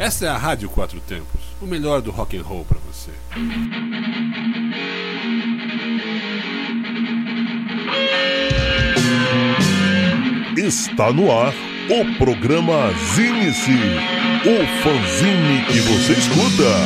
Essa é a Rádio Quatro Tempos, o melhor do rock and roll pra você. Está no ar o programa Zine-se, o fanzine que você escuta.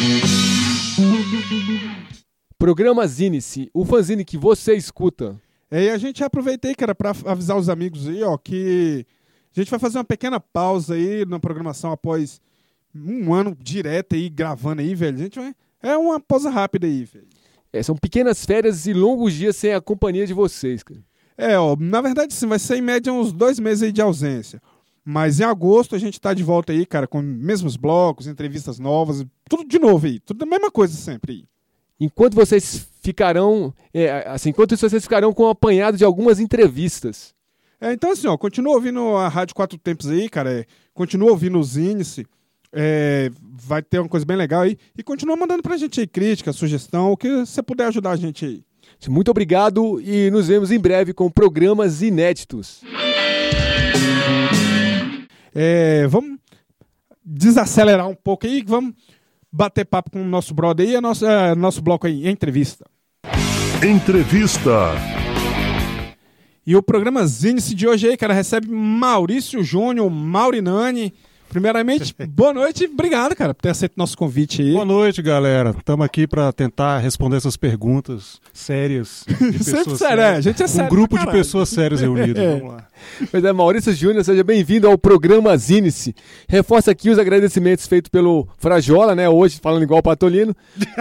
Programa Zine-se, o fanzine que você escuta. E a gente aproveitei, cara, para avisar os amigos aí, ó, que a gente vai fazer uma pequena pausa aí na programação após um ano direto aí, gravando aí, velho. A gente vai... É uma pausa rápida aí, velho. São pequenas férias e longos dias sem a companhia de vocês, cara. Ó, na verdade sim, vai ser em média uns 2 meses aí de ausência. Mas em agosto a gente tá de volta aí, cara, com mesmos blocos, entrevistas novas, tudo de novo aí, tudo a mesma coisa sempre aí. Enquanto vocês ficarão, enquanto isso vocês ficarão com um apanhado de algumas entrevistas. Então assim, ó, continua ouvindo a Rádio Quatro Tempos aí, cara, continua ouvindo o Zine-se, vai ter uma coisa bem legal aí, e continua mandando pra gente aí crítica, sugestão, o que você puder ajudar a gente aí. Muito obrigado e nos vemos em breve com programas inéditos. Vamos desacelerar um pouco aí, vamos bater papo com o nosso brother aí, nosso bloco aí, entrevista. Entrevista. E o programa Zine-se de hoje aí, cara, recebe Maurício Júnior, Maurinani. Primeiramente, boa noite e obrigado, cara, por ter aceito nosso convite aí. Boa noite, galera. Estamos aqui para tentar responder essas perguntas sérias. De pessoas sério, a gente é sério. Um grupo de pessoas sérias reunidas. Vamos lá. Pois é, Maurício Júnior, seja bem-vindo ao programa Zine-se. Reforça aqui os agradecimentos feitos pelo Frajola, né? Hoje, falando igual o Patolino.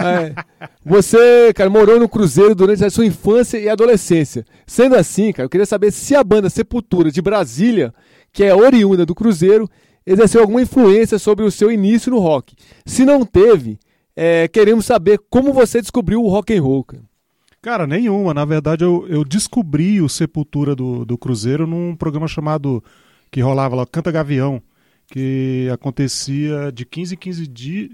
Você, cara, morou no Cruzeiro durante a sua infância e adolescência. Sendo assim, cara, eu queria saber se a banda Sepultura de Brasília, que é oriunda do Cruzeiro, exerceu alguma influência sobre o seu início no rock. Se não teve, queremos saber como você descobriu o rock and roll, cara. Cara, nenhuma. Na verdade, eu descobri o Sepultura do Cruzeiro num programa chamado, que rolava lá, Canta Gavião, que acontecia de 15 em 15 dias,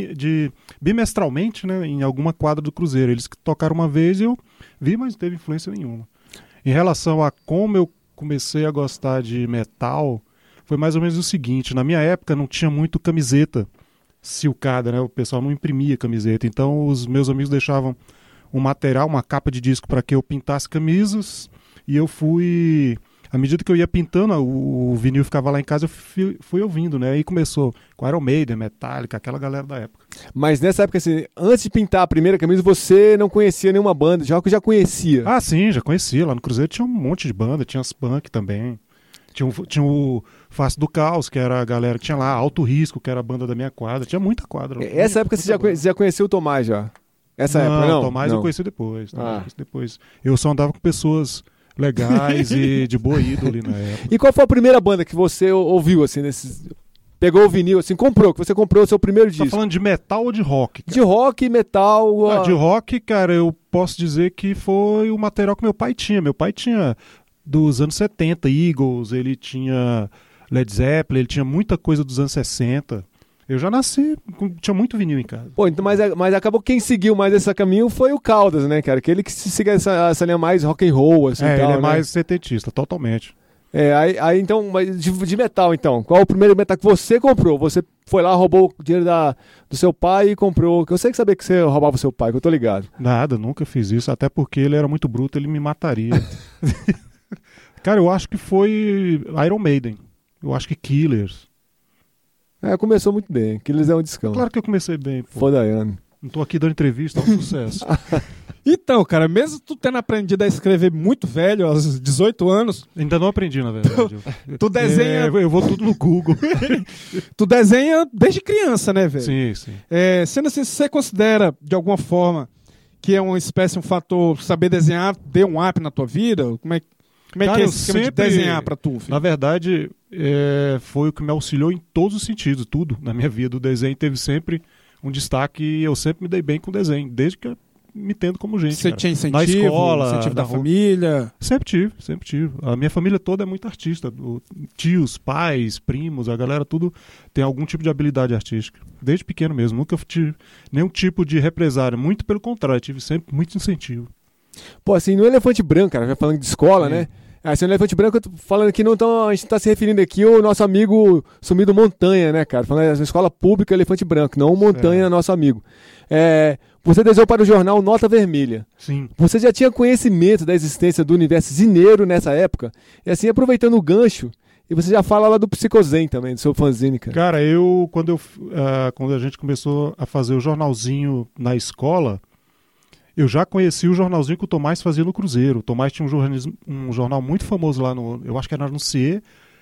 bimestralmente, né, em alguma quadra do Cruzeiro. Eles tocaram uma vez e eu vi, mas não teve influência nenhuma. Em relação a como eu comecei a gostar de metal, foi mais ou menos o seguinte: na minha época não tinha muito camiseta silcada, né? O pessoal não imprimia camiseta, então os meus amigos deixavam um material, uma capa de disco para que eu pintasse camisas, e eu fui, à medida que eu ia pintando, o vinil ficava lá em casa, eu fui ouvindo, né? Aí começou com Iron Maiden, Metallica, aquela galera da época. Mas nessa época, assim, antes de pintar a primeira camisa, você não conhecia nenhuma banda, já que já conhecia? Ah, sim, já conhecia. Lá no Cruzeiro tinha um monte de banda, tinha as punk também. Tinha o Face do Caos, que era a galera que tinha lá, Alto Risco, que era a banda da minha quadra. Tinha muita quadra. Essa época você já conheceu o Tomás já? Essa época não? Tomás eu conheci depois. Eu só andava com pessoas legais e de boa ídole na época. E qual foi a primeira banda que você ouviu, assim, pegou o vinil, assim, que você comprou o seu primeiro disco? Tá falando de metal ou de rock? Cara? De rock, metal... De rock, cara, eu posso dizer que foi o material que meu pai tinha. Meu pai tinha... dos anos 70, Eagles, ele tinha Led Zeppelin, ele tinha muita coisa dos anos 60. Eu já nasci, tinha muito vinil em casa. Pô, então, mas acabou quem seguiu mais esse caminho foi o Caldas, né, cara? Aquele que seguia essa linha mais rock and roll, assim, tal, ele é né? mais setentista, totalmente. Aí então, mas de metal, então, qual o primeiro metal que você comprou? Você foi lá, roubou o dinheiro do seu pai e comprou, que eu sei que sabia que você roubava o seu pai, que eu tô ligado. Nada, nunca fiz isso, até porque ele era muito bruto, ele me mataria. Cara, eu acho que foi Iron Maiden. Eu acho que Killers. Começou muito bem. Killers é um discão. Claro que eu comecei bem, pô. Fodaiano. Não tô aqui dando entrevista, é um sucesso. Então, cara, mesmo tu tendo aprendido a escrever muito velho, aos 18 anos... Ainda não aprendi, na verdade. Tu desenha... Eu vou tudo no Google. Tu desenha desde criança, né, velho? Sim, sim. Sendo assim, você considera, de alguma forma, que é uma espécie, um fator, saber desenhar, deu um up na tua vida? Como é Cara, que é esse esquema de desenhar pra tu, filho? Na verdade, foi o que me auxiliou em todos os sentidos, tudo na minha vida. O desenho teve sempre um destaque e eu sempre me dei bem com o desenho, desde que eu me entendo como gente. Você tinha incentivo? Na escola, incentivo da família? Sempre tive. A minha família toda é muito artista. Tios, pais, primos, a galera tudo tem algum tipo de habilidade artística. Desde pequeno mesmo. Nunca tive nenhum tipo de represário. Muito pelo contrário, tive sempre muito incentivo. Pô, assim, no Elefante Branco, cara, já falando de escola, né? Assim, o Elefante Branco, eu tô falando aqui, a gente tá se referindo aqui ao nosso amigo sumido Montanha, né, cara? Falando da escola pública Elefante Branco, não o Montanha, nosso amigo. Você desenhou para o jornal Nota Vermelha. Sim. Você já tinha conhecimento da existência do universo zineiro nessa época? E assim, aproveitando o gancho, e você já fala lá do Psicozen também, do seu fanzine, cara. Cara, quando a gente começou a fazer o jornalzinho na escola, eu já conheci o jornalzinho que o Tomás fazia no Cruzeiro. O Tomás tinha um jornal muito famoso lá eu acho que era no CIE,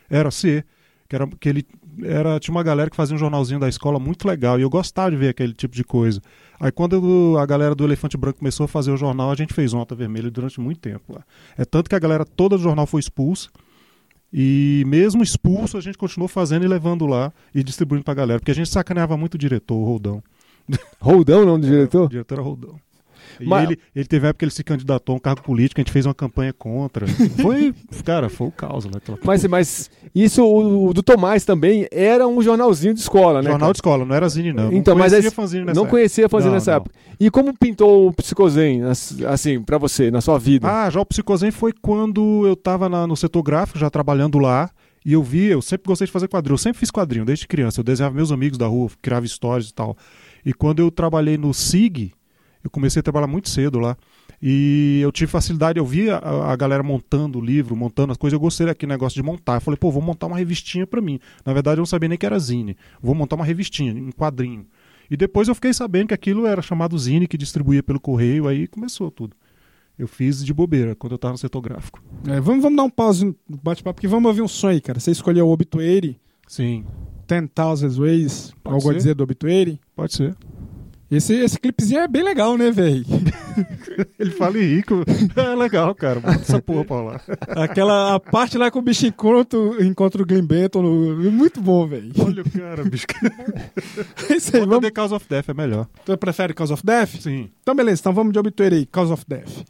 tinha uma galera que fazia um jornalzinho da escola muito legal, e eu gostava de ver aquele tipo de coisa. Aí quando a galera do Elefante Branco começou a fazer o jornal, a gente fez Nota Vermelha durante muito tempo lá. É tanto que a galera toda do jornal foi expulsa, e mesmo expulso a gente continuou fazendo e levando lá e distribuindo pra galera, porque a gente sacaneava muito o diretor, o Roldão. Roldão, não do diretor? O diretor era Roldão. E Mas... ele teve época que ele se candidatou a um cargo político, a gente fez uma campanha contra. Foi o caos, né? Mas isso, o do Tomás também era um jornalzinho de escola, né? Jornal de escola, não era zine, não. Então, não conhecia fanzine nessa não época. conhecia fanzine nessa época. E como pintou o Psicozen, assim, pra você, na sua vida? Já o Psicozen foi quando eu tava no setor gráfico, já trabalhando lá, e eu sempre gostei de fazer quadrinho. Eu sempre fiz quadrinho, desde criança. Eu desenhava meus amigos da rua, criava histórias e tal. E quando eu trabalhei no SIG, eu comecei a trabalhar muito cedo lá. E eu tive facilidade, eu via a galera montando o livro, montando as coisas, eu gostei daquele negócio de montar. Eu falei, vou montar uma revistinha pra mim. Na verdade, eu não sabia nem que era zine. Vou montar uma revistinha, um quadrinho. E depois eu fiquei sabendo que aquilo era chamado zine, que distribuía pelo correio, aí começou tudo. Eu fiz de bobeira, quando eu tava no setor gráfico. Vamos dar um pause no bate-papo, porque vamos ouvir um som aí, cara. Você escolheu o Obituary, Sim. 10,000 Ways, Pode algo a ser. dizer do Obituary. Pode ser. Esse clipezinho é bem legal, né, velho? Ele fala em rico. É legal, cara. Bota essa porra pra lá. A parte lá que o bicho encontra o Glenn Benton, muito bom, velho. Olha o cara, bicho. Isso aí, Vamos... The Cause of Death é melhor. Tu prefere Cause of Death? Sim. Então beleza, então vamos de Obituary aí, Cause of Death.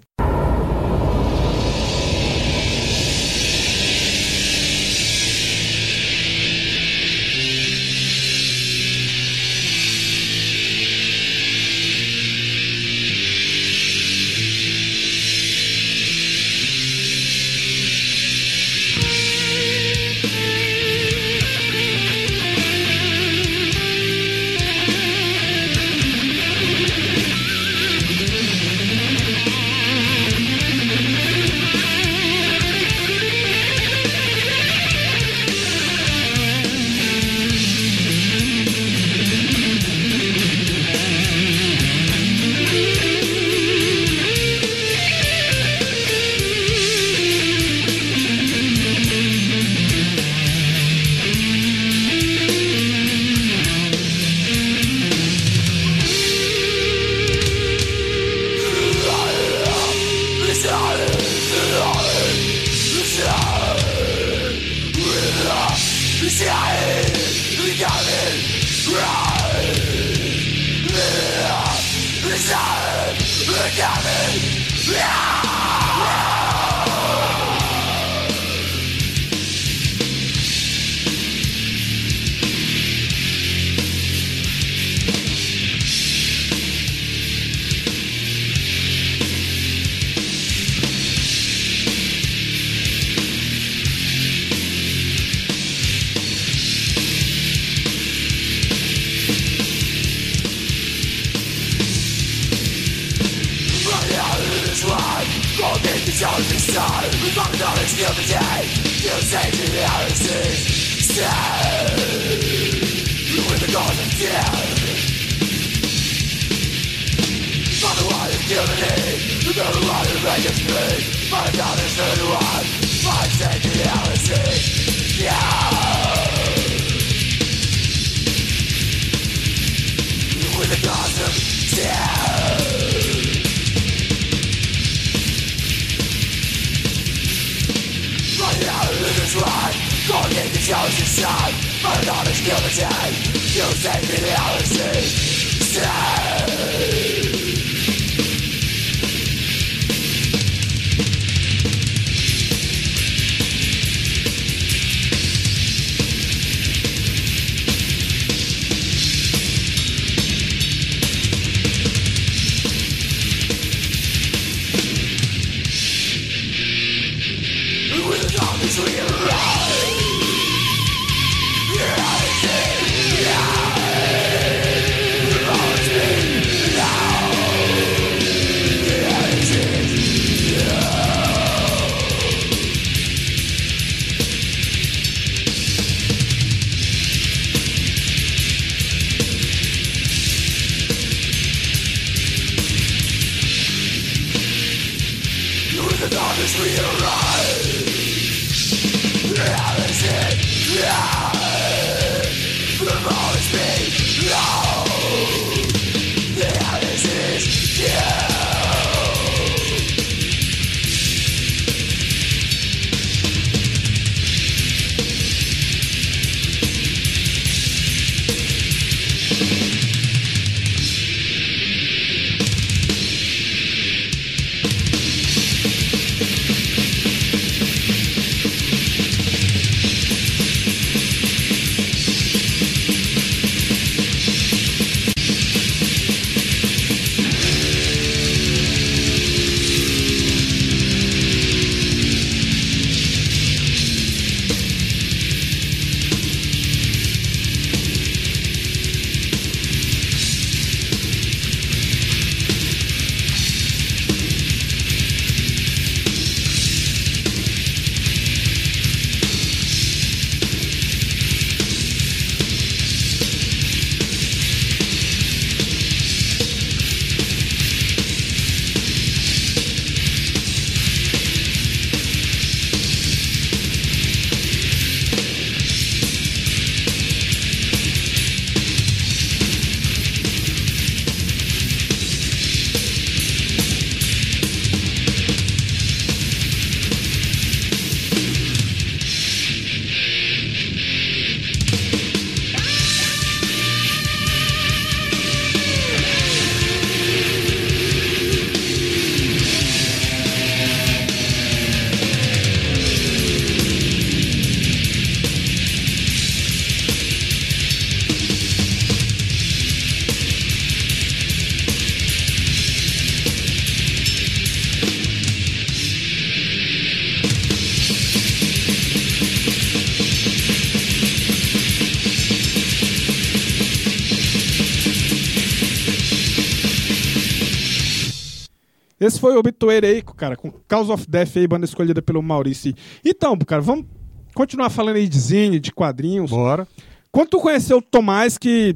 Esse foi o Obituary aí, cara, com Cause of Death aí, banda escolhida pelo Maurício. Então, cara, vamos continuar falando aí de zine, de quadrinhos. Bora. Quando tu conheceu o Tomás, que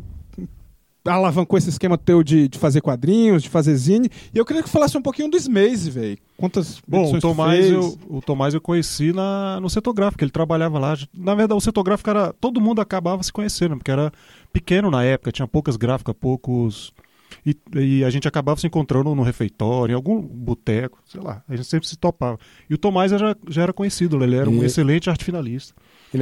alavancou esse esquema teu de fazer quadrinhos, de fazer zine, e eu queria que falasse um pouquinho do Smaze, velho. Quantas Bom, edições o Tomás eu conheci no Setográfico, ele trabalhava lá. Na verdade, o Setográfico era... Todo mundo acabava se conhecendo, porque era pequeno na época, tinha poucas gráficas, poucos... E a gente acabava se encontrando no refeitório, em algum boteco, sei lá, a gente sempre se topava. E o Tomás já era conhecido, ele era um excelente arte finalista. E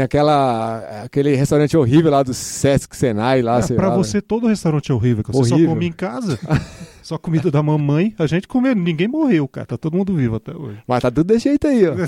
aquele restaurante horrível lá do Sesc Senai, lá, sei pra lá, você, todo restaurante é horrível, você só come em casa, só comida da mamãe, a gente comeu, ninguém morreu, cara, tá todo mundo vivo até hoje. Mas tá tudo desse jeito aí, ó.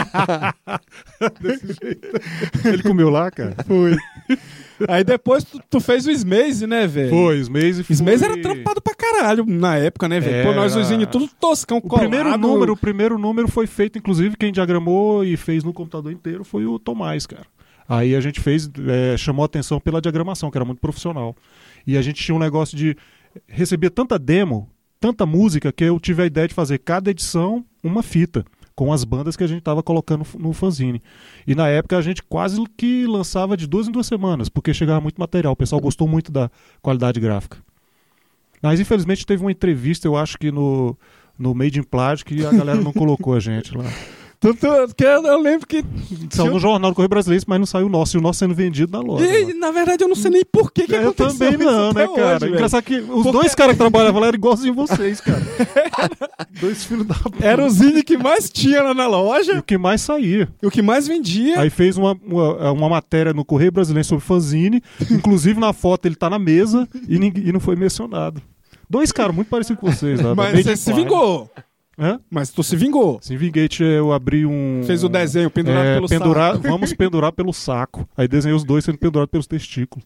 Desse jeito. Ele comeu lá, cara? Foi. Aí depois tu fez o Smaze, né, velho? Foi, Smaze foi... Smaze era trampado pra caralho na época, né, velho? Pô, nós os zine tudo toscão, colado. O primeiro número foi feito, inclusive, quem diagramou e fez no computador inteiro foi o Tomás, cara. Aí a gente fez, chamou a atenção pela diagramação, que era muito profissional. E a gente tinha um negócio de receber tanta demo, tanta música, que eu tive a ideia de fazer cada edição uma fita, com as bandas que a gente estava colocando no fanzine. E na época a gente quase que lançava de 2 em 2 semanas, porque chegava muito material, o pessoal gostou muito da qualidade gráfica. Mas infelizmente teve uma entrevista, eu acho que no Made in Plástico, que a galera não colocou a gente lá. Eu lembro que... Saiu no jornal do Correio Brasileiro, mas não saiu o nosso, e o nosso sendo vendido na loja. E, na verdade, eu não sei nem por que eu aconteceu também não, né, cara? Hoje, engraçado que os dois caras que trabalhavam lá eram igualzinhos vocês, cara. Dois filhos da puta. Era o zine que mais tinha lá na loja. E o que mais saía. E o que mais vendia. Aí fez uma matéria no Correio Brasileiro sobre fanzine, inclusive na foto ele tá na mesa e não foi mencionado. Dois caras muito parecidos com vocês. Lá, mas você se vingou. Hã? Mas tu se vingou. Se vinguei, eu abri um... Fez o desenho, pendurado pelo saco. Vamos pendurar pelo saco. Aí desenhei os dois sendo pendurados pelos testículos.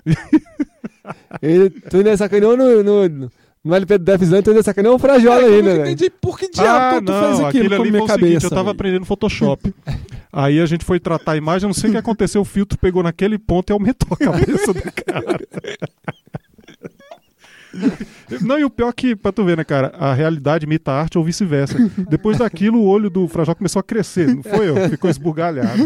Tu ainda sacaneou no LP do Death Zone, tu ainda sacaneou o Frajola ainda, velho. Entendi por que diabo tu fez aquilo com a minha cabeça. Seguinte, eu tava aprendendo Photoshop. Aí a gente foi tratar a imagem, eu não sei o que aconteceu, o filtro pegou naquele ponto e aumentou a cabeça do cara. Não, e o pior que, pra tu ver, né, cara, a realidade imita a arte ou vice-versa. Depois daquilo, o olho do Frajola começou a crescer, não foi eu? Ficou esbugalhado.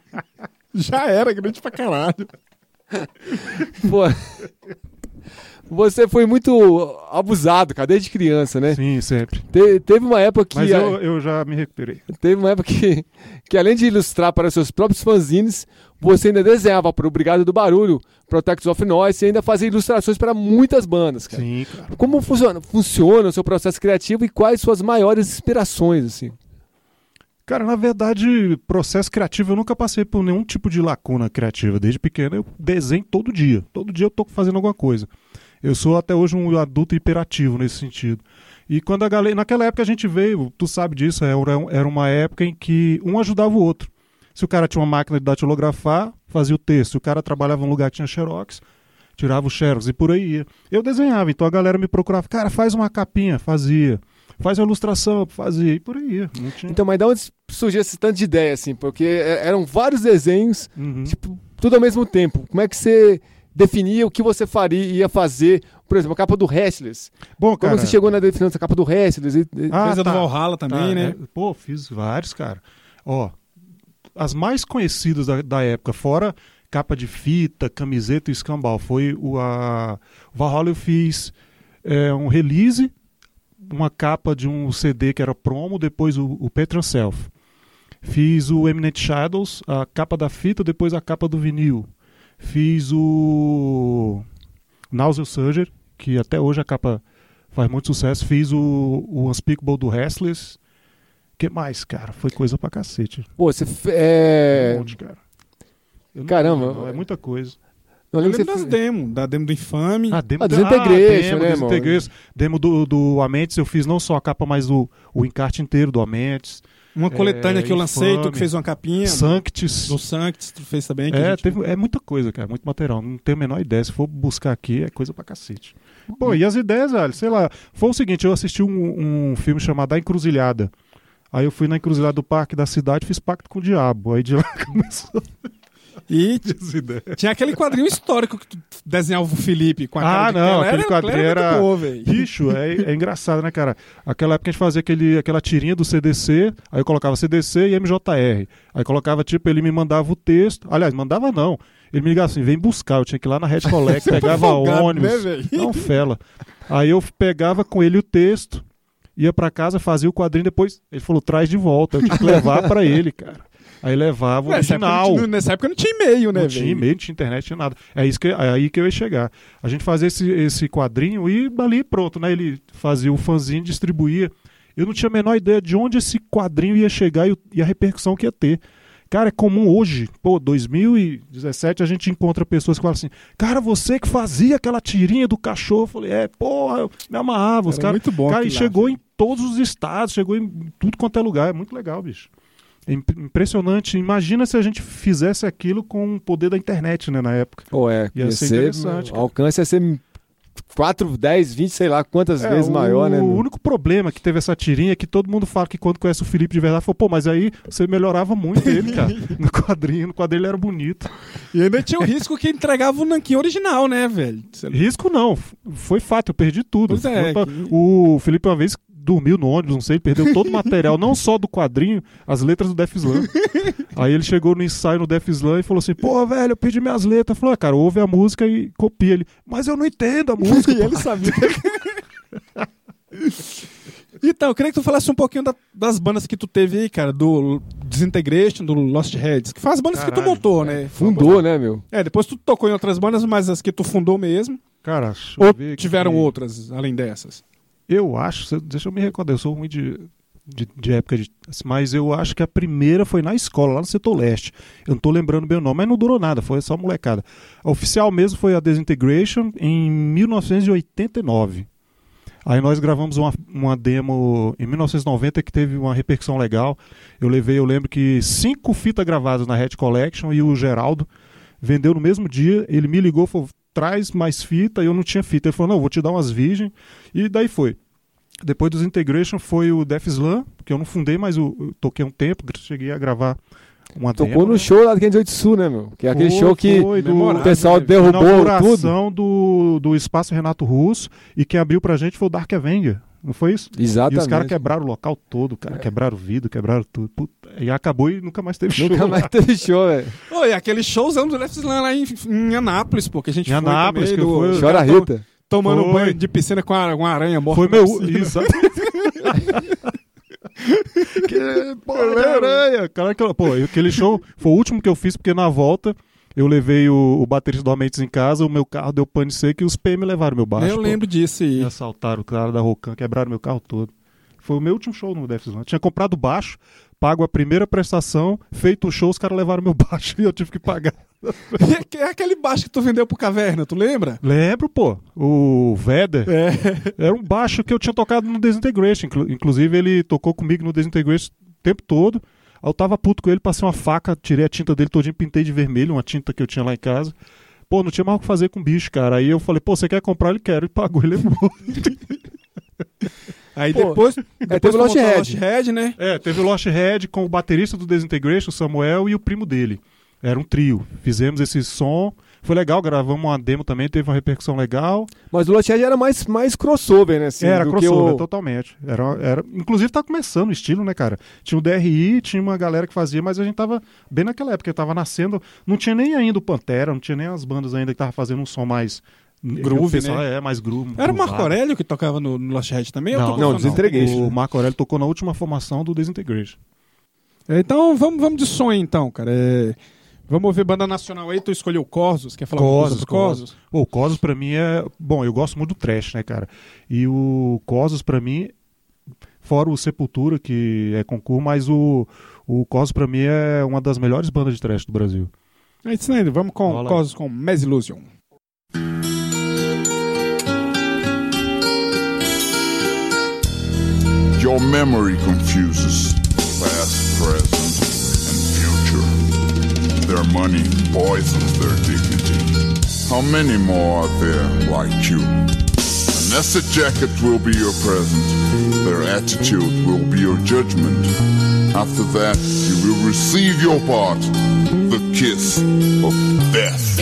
Já era grande pra caralho. Pô. Você foi muito abusado, cara, desde criança, né? Sim, sempre. Teve uma época que... Mas eu já me recuperei. Teve uma época que além de ilustrar para seus próprios fanzines, você ainda desenhava para o Brigada do Barulho, Protectors of Noise, e ainda fazia ilustrações para muitas bandas, cara. Sim, cara. Como funciona o seu processo criativo e quais suas maiores inspirações, assim? Cara, na verdade, processo criativo, eu nunca passei por nenhum tipo de lacuna criativa. Desde pequeno eu desenho todo dia. Todo dia eu tô fazendo alguma coisa. Eu sou até hoje um adulto hiperativo nesse sentido. E quando a galera... Naquela época a gente veio, tu sabe disso, era uma época em que um ajudava o outro. Se o cara tinha uma máquina de datilografar, fazia o texto. Se o cara trabalhava num lugar que tinha xerox, tirava o xerox e por aí ia. Eu desenhava, então a galera me procurava. Cara, faz uma capinha, fazia. Faz uma ilustração, fazia, e por aí ia. Não tinha... Então, mas de onde surgiu esse tanto de ideia, assim? Porque eram vários desenhos, tipo, tudo ao mesmo tempo. Como é que você definia o que você ia fazer? Por exemplo, a capa do Restless. Bom, cara... Como você chegou na definição dessa capa do Restless? Fez a do Valhalla também, né? Pô, fiz vários, cara. Ó, as mais conhecidas da época, fora capa de fita, camiseta e escambau, foi o Valhalla. Eu fiz um release, uma capa de um CD que era promo, depois o Patreon Self. Fiz o Eminent Shadows, a capa da fita, depois a capa do vinil. Fiz o Nausea Surgery, que até hoje a capa faz muito sucesso. Fiz o Unspeakable do Restless. Que mais, cara? Foi coisa pra cacete. Pô, você... Um monte, cara. Caramba. Não, é muita coisa. Não Eu lembro lembro das demos, da demo do Infame. Demo Desintegration, né, mano? Desintegration. Demo do Amentes, eu fiz não só a capa, mas o encarte inteiro do Amentes. Uma coletânea que eu lancei, Infame. tu que fez uma capinha. Sanctis. Do Sanctis, tu fez também. É muita coisa, cara, muito material. Não tenho a menor ideia. Se for buscar aqui, é coisa pra cacete. Pô, e as ideias, velho, sei lá. Foi o seguinte, eu assisti um filme chamado A Encruzilhada. Aí eu fui na encruzilhada do parque da cidade e fiz pacto com o diabo. Aí de lá começou... E tinha aquele quadrinho histórico que tu desenhava o Felipe com a cara de tela. Aquele quadrinho era... Boa, véio. Bicho, é engraçado, né, cara? Aquela época a gente fazia aquela tirinha do CDC, aí eu colocava CDC e MJR. Aí colocava, tipo, ele me mandava o texto. Aliás, mandava não. Ele me ligava assim, vem buscar. Eu tinha que ir lá na Red Collect, pegava ônibus. Né, não, fela. Aí eu pegava com ele o texto, ia pra casa, fazia o quadrinho, depois ele falou, traz de volta. Eu tinha que levar pra ele, cara. Aí levava o original. Nessa época não tinha e-mail, né? Não tinha e-mail, não tinha internet, não tinha nada. É aí que eu ia chegar. A gente fazia esse quadrinho e ali pronto, né? Ele fazia o fanzine, distribuía. Eu não tinha a menor ideia de onde esse quadrinho ia chegar e a repercussão que ia ter. Cara, é comum hoje, 2017, a gente encontra pessoas que falam assim, cara, você que fazia aquela tirinha do cachorro. Eu falei, porra, eu me amarrava. Os cara, muito bom. Cara, e chegou em todos os estados, chegou em tudo quanto é lugar. É muito legal, bicho. É impressionante. Imagina se a gente fizesse aquilo com o poder da internet, né, na época. Ia ser interessante. O alcance ia ser 4, 10, 20, sei lá quantas vezes maior, né? O único problema que teve essa tirinha é que todo mundo fala que quando conhece o Felipe de verdade, falou, mas aí você melhorava muito ele, cara. No quadrinho ele era bonito. E ainda tinha o risco que entregava o nanquim original, né, velho? Risco não. Foi fato, eu perdi tudo. Pois é. O Felipe uma vez dormiu no ônibus, não sei, ele perdeu todo o material, não só do quadrinho, as letras do Def Slam. Aí ele chegou no ensaio no Def Slam e falou assim, pô, velho, eu perdi minhas letras. Falou, cara, ouve a música e copia ele. Mas eu não entendo a música. E ele sabia. Então, eu queria que tu falasse um pouquinho das bandas que tu teve aí, cara, do Disintegration, do Lost Heads, que faz as bandas que tu montou, né? Fundou, né, meu? Depois tu tocou em outras bandas, mas as que tu fundou mesmo. Cara, ou tiveram outras, além dessas? Eu acho, deixa eu me recordar, eu sou ruim de época, mas eu acho que a primeira foi na escola, lá no Setor Leste. Eu não tô lembrando bem o nome, mas não durou nada, foi só molecada. A oficial mesmo foi a Disintegration em 1989. Aí nós gravamos uma demo em 1990 que teve uma repercussão legal. Eu lembro que 5 fitas gravadas na Red Collection e o Geraldo vendeu no mesmo dia. Ele me ligou e falou, traz mais fita, e eu não tinha fita. Ele falou, não, vou te dar umas virgens. E daí foi. Depois dos Integration foi o Def Slam, que eu não fundei, mas eu toquei um tempo, cheguei a gravar uma demo. Tocou no show lá do 508 Sul, né, meu? Que é aquele show que o pessoal derrubou inauguração tudo. do Espaço Renato Russo, e quem abriu pra gente foi o Dark Avenger. Não foi isso? Exatamente. E os caras quebraram o local todo, cara. Quebraram o vidro, quebraram tudo. Puta, e acabou e nunca mais teve show. Nunca mais teve show, velho. E aquele showzão do Def Slam lá em Anápolis, pô, que a gente foi. Em Anápolis, que foi. Chora Rita. tomando Foi. banho de piscina com uma aranha morta. Foi na meu. piscina. Exato. Que porra de aranha. Caraca, pô, aquele show foi o último que eu fiz, porque na volta eu levei o baterista do Amentes em casa, o meu carro deu pane seco e os PM levaram meu baixo. Eu lembro disso aí. E assaltaram o cara da Rocan, quebraram meu carro todo. Foi o meu último show no Def Slam. Tinha comprado baixo, pago a primeira prestação, feito o show, os caras levaram meu baixo e eu tive que pagar. É aquele baixo que tu vendeu pro Caverna, tu lembra? Lembro, pô. O Vedder. Era um baixo que eu tinha tocado no Desintegration. Inclusive, ele tocou comigo no Desintegration o tempo todo. Aí eu tava puto com ele, passei uma faca, tirei a tinta dele todinho, pintei de vermelho, uma tinta que eu tinha lá em casa. Pô, não tinha mais o que fazer com o bicho, cara. Aí eu falei, pô, você quer comprar? Ele quer. Ele pagou, ele levou. Aí Pô, depois teve o Lost montou Head. Head, né? Teve o Lost Head com o baterista do Desintegration, o Samuel, e o primo dele. Era um trio. Fizemos esse som. Foi legal, gravamos uma demo também, teve uma repercussão legal. Mas o Lost Head era mais crossover, né? Assim, Era do crossover, que totalmente. Inclusive tá começando o estilo, né, cara? Tinha o DRI, tinha uma galera que fazia, mas a gente tava bem naquela época, tava nascendo. Não tinha nem ainda o Pantera, não tinha nem as bandas ainda que tava fazendo um som mais Groove, né? Mais groove. Era o Marco groovado. Aurélio que tocava no Lost Head também? Não, Desintegration. O Marco Aurélio tocou na última formação do Desintegration. Então vamos de som aí, então, cara. Vamos ouvir banda nacional aí, tu escolheu o Corsos, quer falar alguma coisa do Corsos? O Corsos pra mim é... Bom, eu gosto muito do thrash, né, cara? E o Corsos pra mim, fora o Sepultura, que é concurso, mas o Corsos pra mim é uma das melhores bandas de thrash do Brasil. É isso aí, vamos com Rola aí. Corsos com Mass Illusion. Your memory confuses past, present, and future. Their money poisons their dignity. How many more are there like you? An acid jacket will be your present. Their attitude will be your judgment. After that, you will receive your part, the kiss of death.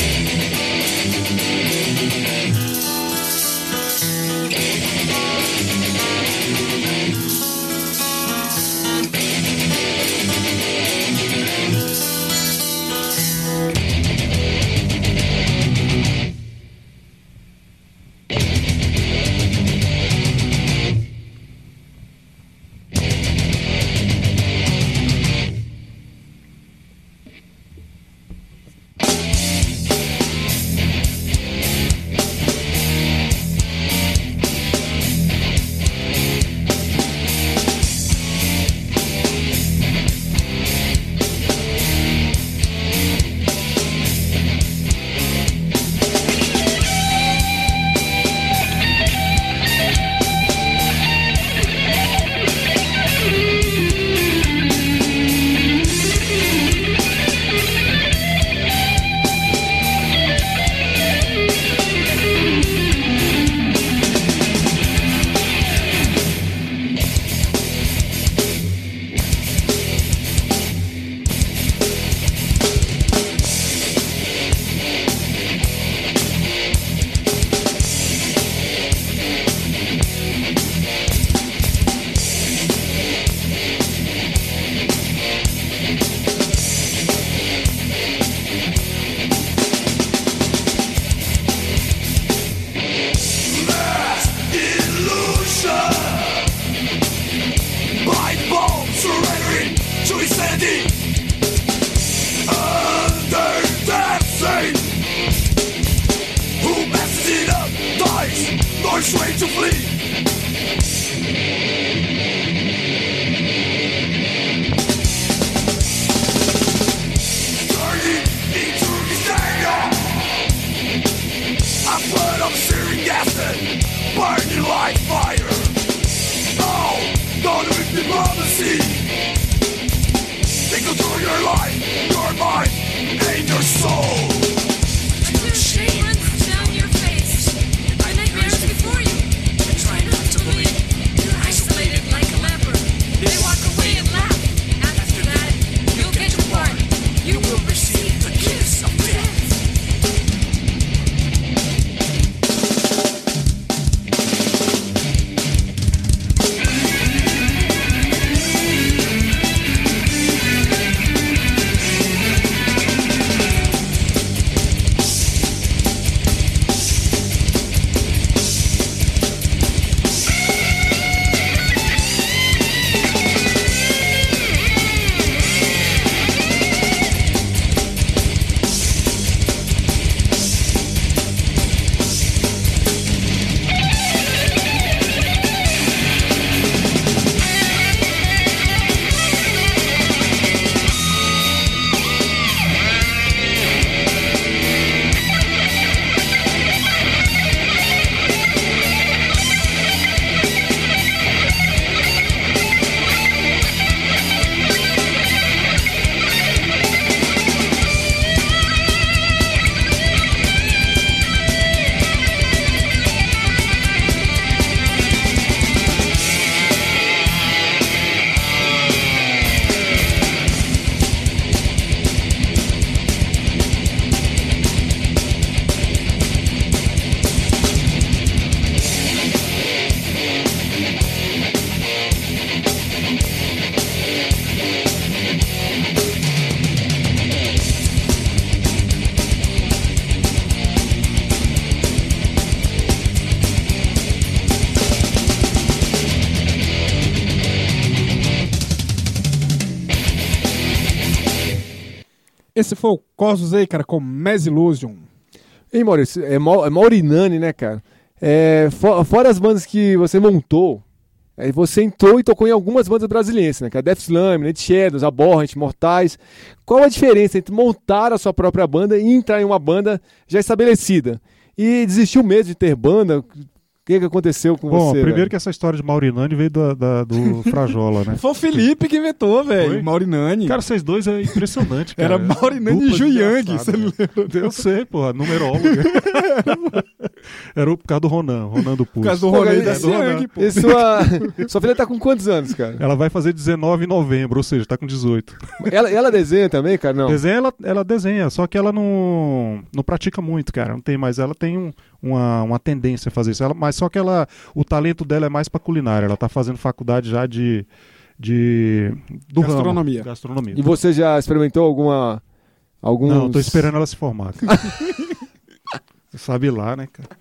Until shame runs down your face, our nightmares before you. Esse foi o Cosmos aí, cara, com Mass Illusion. Ei, Maurício, é Maurinani, né, cara? Fora as bandas que você montou, você entrou e tocou em algumas bandas brasileiras, né? Que é Death Slam, Night Shadows, Abhorrent, Mortais. Qual a diferença entre montar a sua própria banda e entrar em uma banda já estabelecida? E desistiu mesmo de ter banda? O que aconteceu com você? Bom, primeiro velho? que essa história de Maurinani veio do Frajola, né? Foi o Felipe que inventou, velho. Foi? Maurinani. Cara, vocês dois é impressionante, cara. Era Maurinani e Dupla Juyang. desgraçada, Você não né? lembra? Eu sei, porra, numerólogo. Era por causa do Ronan do Pulso. Por causa do Pô, rolê cara, da esse- Juyang, pô. E sua filha tá com quantos anos, cara? Ela vai fazer 19 em novembro, ou seja, tá com 18. Ela desenha também, cara? Não. Desenha, ela desenha, só que ela não pratica muito, cara. Não tem mais. Ela tem uma tendência a fazer isso. Mas só que o talento dela é mais pra culinária. Ela tá fazendo faculdade já do Gastronomia. ramo. Gastronomia. E você já experimentou alguns... Não, tô esperando ela se formar. Cara. Você sabe lá, né, cara?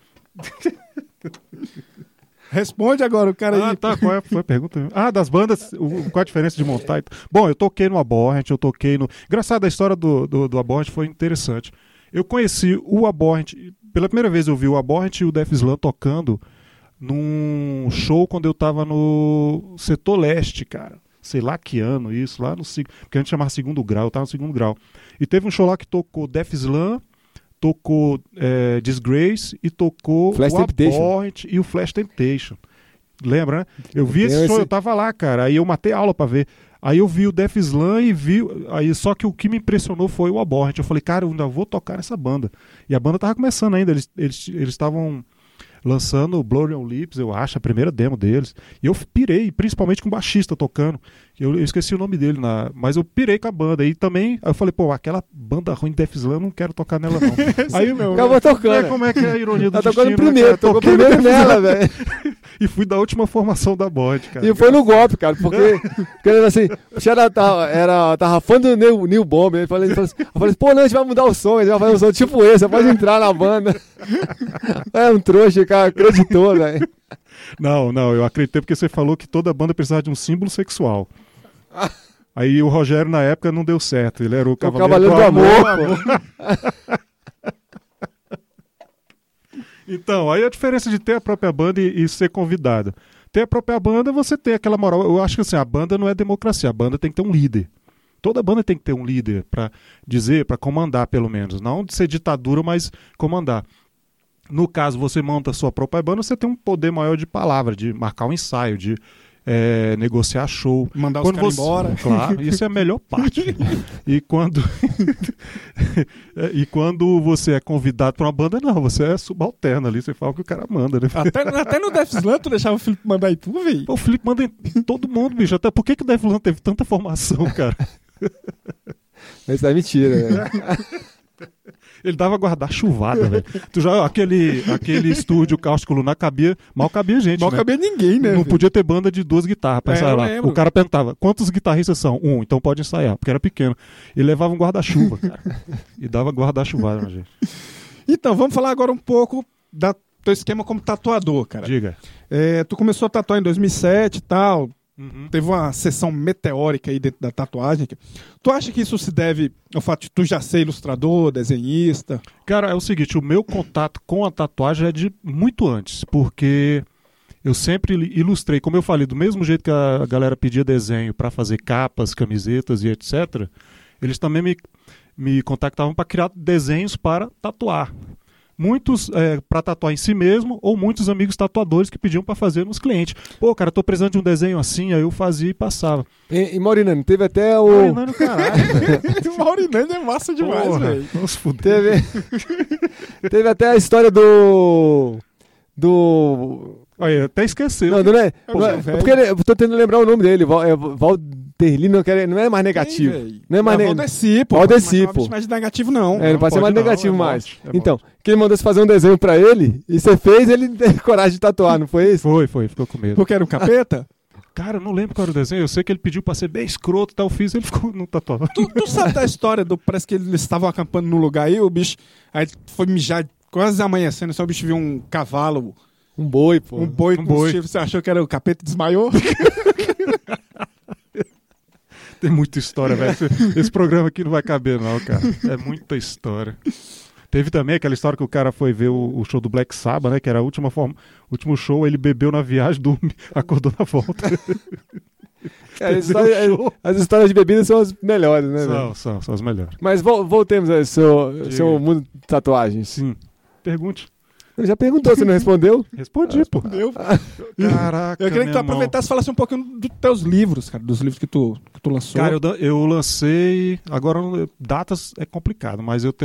Responde agora o cara aí. Tá. Qual foi a pergunta? Das bandas, qual a diferença de montar? Bom, eu toquei no Abhorrent, eu toquei no... Engraçado, a história do Abhorrent foi interessante. Eu conheci o Abhorrent... Pela primeira vez eu vi o Abhorrent e o Death Slam tocando num show quando eu tava no setor leste, cara. Sei lá que ano isso, lá no... Porque a gente chamava segundo grau, eu tava no segundo grau. E teve um show lá que tocou Death Slam, tocou Disgrace e tocou Flash o Temptation. Abhorrent e o Flash Temptation. Lembra, né? Eu vi esse show, eu tava lá, cara. Aí eu matei aula pra ver. Aí eu vi o Death Slam e vi... Aí, só que o que me impressionou foi o Abhorrent. Eu falei, cara, eu ainda vou tocar nessa banda. E a banda tava começando ainda. Eles estavam lançando o Blurry on Lips, eu acho, a primeira demo deles. E eu pirei, principalmente com o baixista tocando. Eu esqueci o nome dele, mas eu pirei com a banda. E também, eu falei, pô, aquela banda ruim de Death Slam, eu não quero tocar nela, não. Aí, meu, Acabou tocando. como é que é a ironia do Tá destino, tocando primeiro, né, cara? tocou Toquei no primeiro Death nela, Slam. velho. E fui da última formação da Bode, cara. E foi no golpe, cara, porque assim, o cara tava fã do Neil Bomb. Eu falei assim, pô, não, a gente vai mudar o som, a gente vai fazer um som tipo esse, você pode entrar na banda. É um trouxa, cara, acreditou, velho. Não, eu acreditei porque você falou que toda banda precisava de um símbolo sexual. Aí o Rogério, na época, não deu certo. Ele era o Cavaleiro do Amor, pô. Então, aí a diferença de ter a própria banda e ser convidado. Ter a própria banda, você tem aquela moral. Eu acho que assim, a banda não é democracia, a banda tem que ter um líder. Toda banda tem que ter um líder pra dizer, pra comandar pelo menos. Não de ser ditadura, mas comandar. No caso, você monta a sua própria banda, você tem um poder maior de palavra, de marcar um ensaio, de negociar show. Mandar os caras embora. Claro, isso é a melhor parte. E quando você é convidado para uma banda, não, você é subalterno ali, você fala o que o cara manda, né? Até no Death Slam tu deixava o Felipe mandar em tu, velho. Pô, o Felipe manda em todo mundo, bicho. Até por que o Death Slam teve tanta formação, cara? Isso é mentira, velho. Ele dava guarda-chuvada, velho. Tu já, aquele estúdio cáustico lunar mal cabia gente, Mal né? cabia ninguém, né? Não velho? podia ter banda de 2 guitarras pra ensaiar eu lá. lembro. O cara perguntava, quantos guitarristas são? 1, então pode ensaiar, porque era pequeno. Ele levava um guarda-chuva, cara. E dava guarda-chuvada na gente. Então, vamos falar agora um pouco do teu esquema como tatuador, cara. Diga. Tu começou a tatuar em 2007 e tal. Uhum. Teve uma sessão meteórica aí dentro da tatuagem. Tu acha que isso se deve ao fato de tu já ser ilustrador, desenhista? Cara, é o seguinte, o meu contato com a tatuagem é de muito antes, porque eu sempre ilustrei, como eu falei, do mesmo jeito que a galera pedia desenho para fazer capas, camisetas e etc., eles também me contactavam para criar desenhos para tatuar. Muitos para tatuar em si mesmo, ou muitos amigos tatuadores que pediam para fazer nos clientes. Pô, cara, tô precisando de um desenho assim, aí eu fazia e passava. E Maurinani, teve até o... Maurinani, caralho, velho. O Maurinani é massa demais, Porra, velho. vamos fuder. Teve até a história do... Olha, até esqueceu. Não é velho. porque eu tô tentando lembrar o nome dele. Valderlino, não é mais negativo. Não é mais negativo. Valdeci, pô. Valdeci, Não pô. é mais negativo, não. Não pode ser mais não, negativo é mais. morte, Então, morte. que ele mandou você fazer um desenho pra ele, e você fez, ele teve coragem de tatuar, não foi isso? Foi, ficou com medo. Porque era um capeta? Cara, eu não lembro qual era o desenho. Eu sei que ele pediu pra ser bem escroto e tal. Eu fiz, ele ficou no tatuado. Tu sabe da história parece que eles estavam acampando num lugar aí, o bicho aí foi mijar quase amanhecendo, só o bicho viu um cavalo, Um boi, pô. um boi com boi. chifre, você achou que era o capeta e desmaiou? Tem muita história, velho. Esse programa aqui não vai caber, não, cara. É muita história. Teve também aquela história que o cara foi ver o show do Black Sabbath, né? Que era o último show, ele bebeu na viagem, acordou na volta. As histórias de bebida são as melhores, né? São as melhores. Mas voltemos ao seu mundo de tatuagens. Sim. Pergunte. Já perguntou, você não respondeu? Respondi, pô. Caraca, eu queria que tu aproveitasse e falasse um pouquinho dos teus livros, cara, dos livros que tu lançou. Cara, eu lancei, agora datas é complicado, mas eu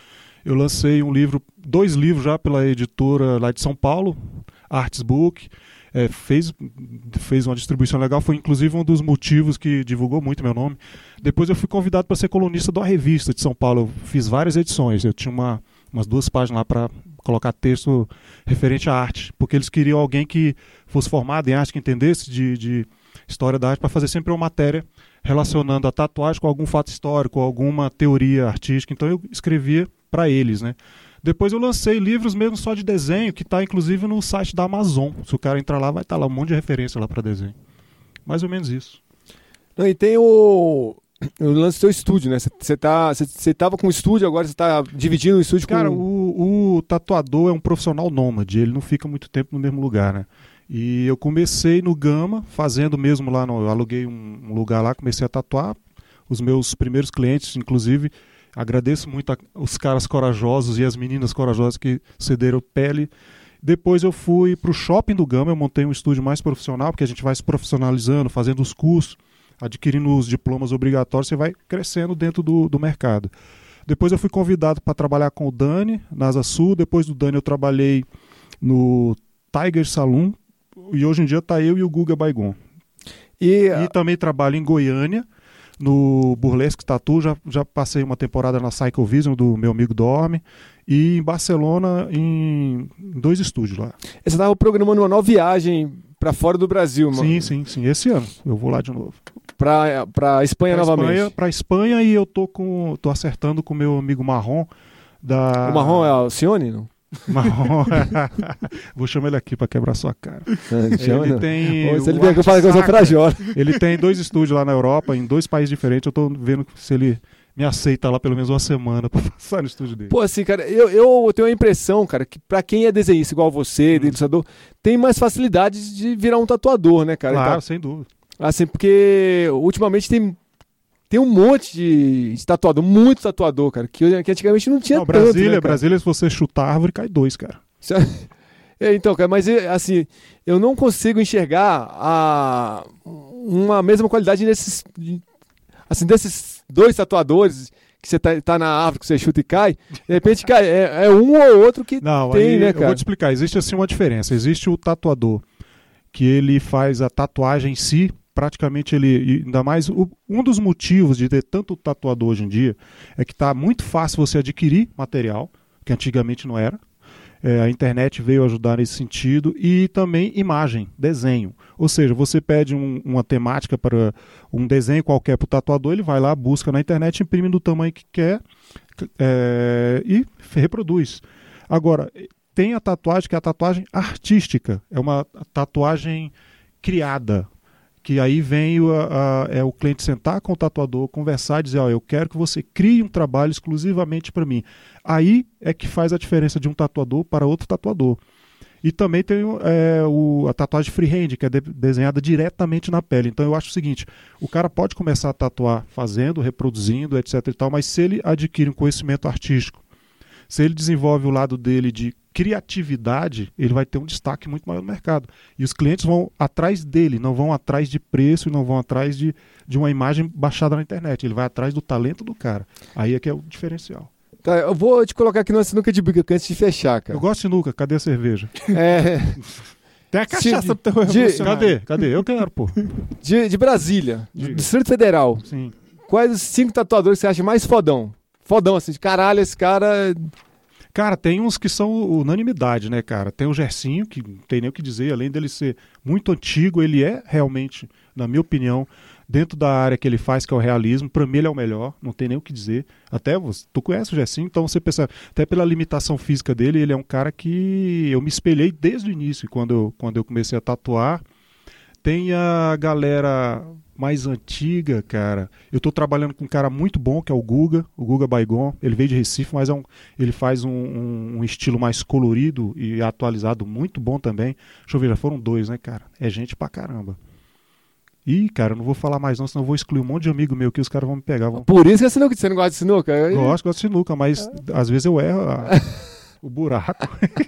lancei dois livros já pela editora lá de São Paulo, Arts Book, fez uma distribuição legal, foi inclusive um dos motivos que divulgou muito meu nome. Depois eu fui convidado para ser colunista da revista de São Paulo, eu fiz várias edições, eu tinha umas 2 páginas lá para colocar texto referente à arte, porque eles queriam alguém que fosse formado em arte, que entendesse de história da arte, para fazer sempre uma matéria relacionando a tatuagem com algum fato histórico, alguma teoria artística. Então eu escrevia para eles, né? Depois eu lancei livros mesmo só de desenho, que está inclusive no site da Amazon. Se o cara entrar lá, vai estar lá um monte de referência lá para desenho. Mais ou menos isso. Não, e tem o lance do seu estúdio, né? Você tava com o estúdio, agora você tá dividindo o estúdio com... Cara, o tatuador é um profissional nômade, ele não fica muito tempo no mesmo lugar, né? E eu comecei no Gama, fazendo mesmo lá, eu aluguei um lugar lá, comecei a tatuar. Os meus primeiros clientes, inclusive, agradeço muito os caras corajosos e as meninas corajosas que cederam pele. Depois eu fui pro shopping do Gama, eu montei um estúdio mais profissional, porque a gente vai se profissionalizando, fazendo os cursos, adquirindo os diplomas obrigatórios, você vai crescendo dentro do mercado. Depois eu fui convidado para trabalhar com o Dani, na Asa Sul. Depois do Dani eu trabalhei no Tiger Saloon. E hoje em dia está eu e o Guga Baigon. E também trabalho em Goiânia, no Burlesque Tattoo. Já passei uma temporada na Cycle Vision, do meu amigo Dorme. E em Barcelona, em 2 estúdios lá. Você estava programando uma nova viagem para fora do Brasil, mano? Sim. Esse ano. Eu vou lá de novo. Para Espanha novamente? Para Espanha, e eu tô acertando com o meu amigo Marrom. O Marrom é Alcione, não? Marrom. Vou chamar ele aqui para quebrar sua cara. Ele tem. Se ele vier que eu falo que eu sou frajola. Ele tem 2 estúdios lá na Europa, em 2 países diferentes. Eu tô vendo se ele me aceita lá pelo menos uma semana para passar no estúdio dele. Pô, assim, cara, eu tenho a impressão, cara, que pra quem é desenhista igual você, ilustrador, tem mais facilidade de virar um tatuador, né, cara? Claro, então, sem dúvida. Assim, porque ultimamente tem um monte de tatuador, muito tatuador, cara, que antigamente não tinha tanto, Brasília, né, cara? Brasília, se você chutar a árvore, cai 2, cara. Então, cara, mas assim, eu não consigo enxergar uma mesma qualidade desses 2 tatuadores que você tá na árvore, que você chuta e cai, de repente cai, é um ou outro que não, tem, aí, né, eu cara? vou te explicar, existe assim uma diferença. Existe o tatuador que ele faz a tatuagem em si, praticamente ele, ainda mais, um dos motivos de ter tanto tatuador hoje em dia é que tá muito fácil você adquirir material, que antigamente não era. A internet veio ajudar nesse sentido, e também imagem, desenho. Ou seja, você pede uma temática para um desenho qualquer para o tatuador, ele vai lá, busca na internet, imprime do tamanho que quer e reproduz. Agora, tem a tatuagem que é a tatuagem artística, é uma tatuagem criada, que aí vem o cliente sentar com o tatuador, conversar e dizer, eu quero que você crie um trabalho exclusivamente para mim. Aí é que faz a diferença de um tatuador para outro tatuador. E também tem a tatuagem freehand, que é desenhada diretamente na pele. Então eu acho o seguinte, o cara pode começar a tatuar fazendo, reproduzindo, etc e tal, mas se ele adquire um conhecimento artístico, se ele desenvolve o lado dele de criatividade, ele vai ter um destaque muito maior no mercado. E os clientes vão atrás dele, não vão atrás de preço, não vão atrás de uma imagem baixada na internet. Ele vai atrás do talento do cara. Aí é que é o diferencial. Tá, eu vou te colocar aqui numa sinuca de bico antes de fechar, cara. Eu gosto de sinuca, cadê a cerveja? Tem a cachaça do terror revolucionário. Cadê? Eu quero, pô. De Brasília, do Distrito Federal. Sim. Quais os 5 tatuadores que você acha mais fodão? Fodão, assim, de caralho, esse cara... Cara, tem uns que são unanimidade, né, cara? Tem o Gersinho, que não tem nem o que dizer, além dele ser muito antigo, ele é realmente, na minha opinião, dentro da área que ele faz, que é o realismo, pra mim ele é o melhor, não tem nem o que dizer. Até tu conhece o Gersinho, então você pensa, até pela limitação física dele, ele é um cara que eu me espelhei desde o início, quando eu comecei a tatuar. Tem a galera mais antiga, cara. Eu tô trabalhando com um cara muito bom, que é o Guga Baigon. Ele veio de Recife, mas ele faz um estilo mais colorido e atualizado, muito bom também. Deixa eu ver, já foram 2, né, cara? É gente pra caramba. Ih, cara, eu não vou falar mais não, senão eu vou excluir um monte de amigo meu que os caras vão me pegar. Por isso que é sinuca, você não gosta de sinuca? Gosto de sinuca, mas às vezes eu erro o buraco.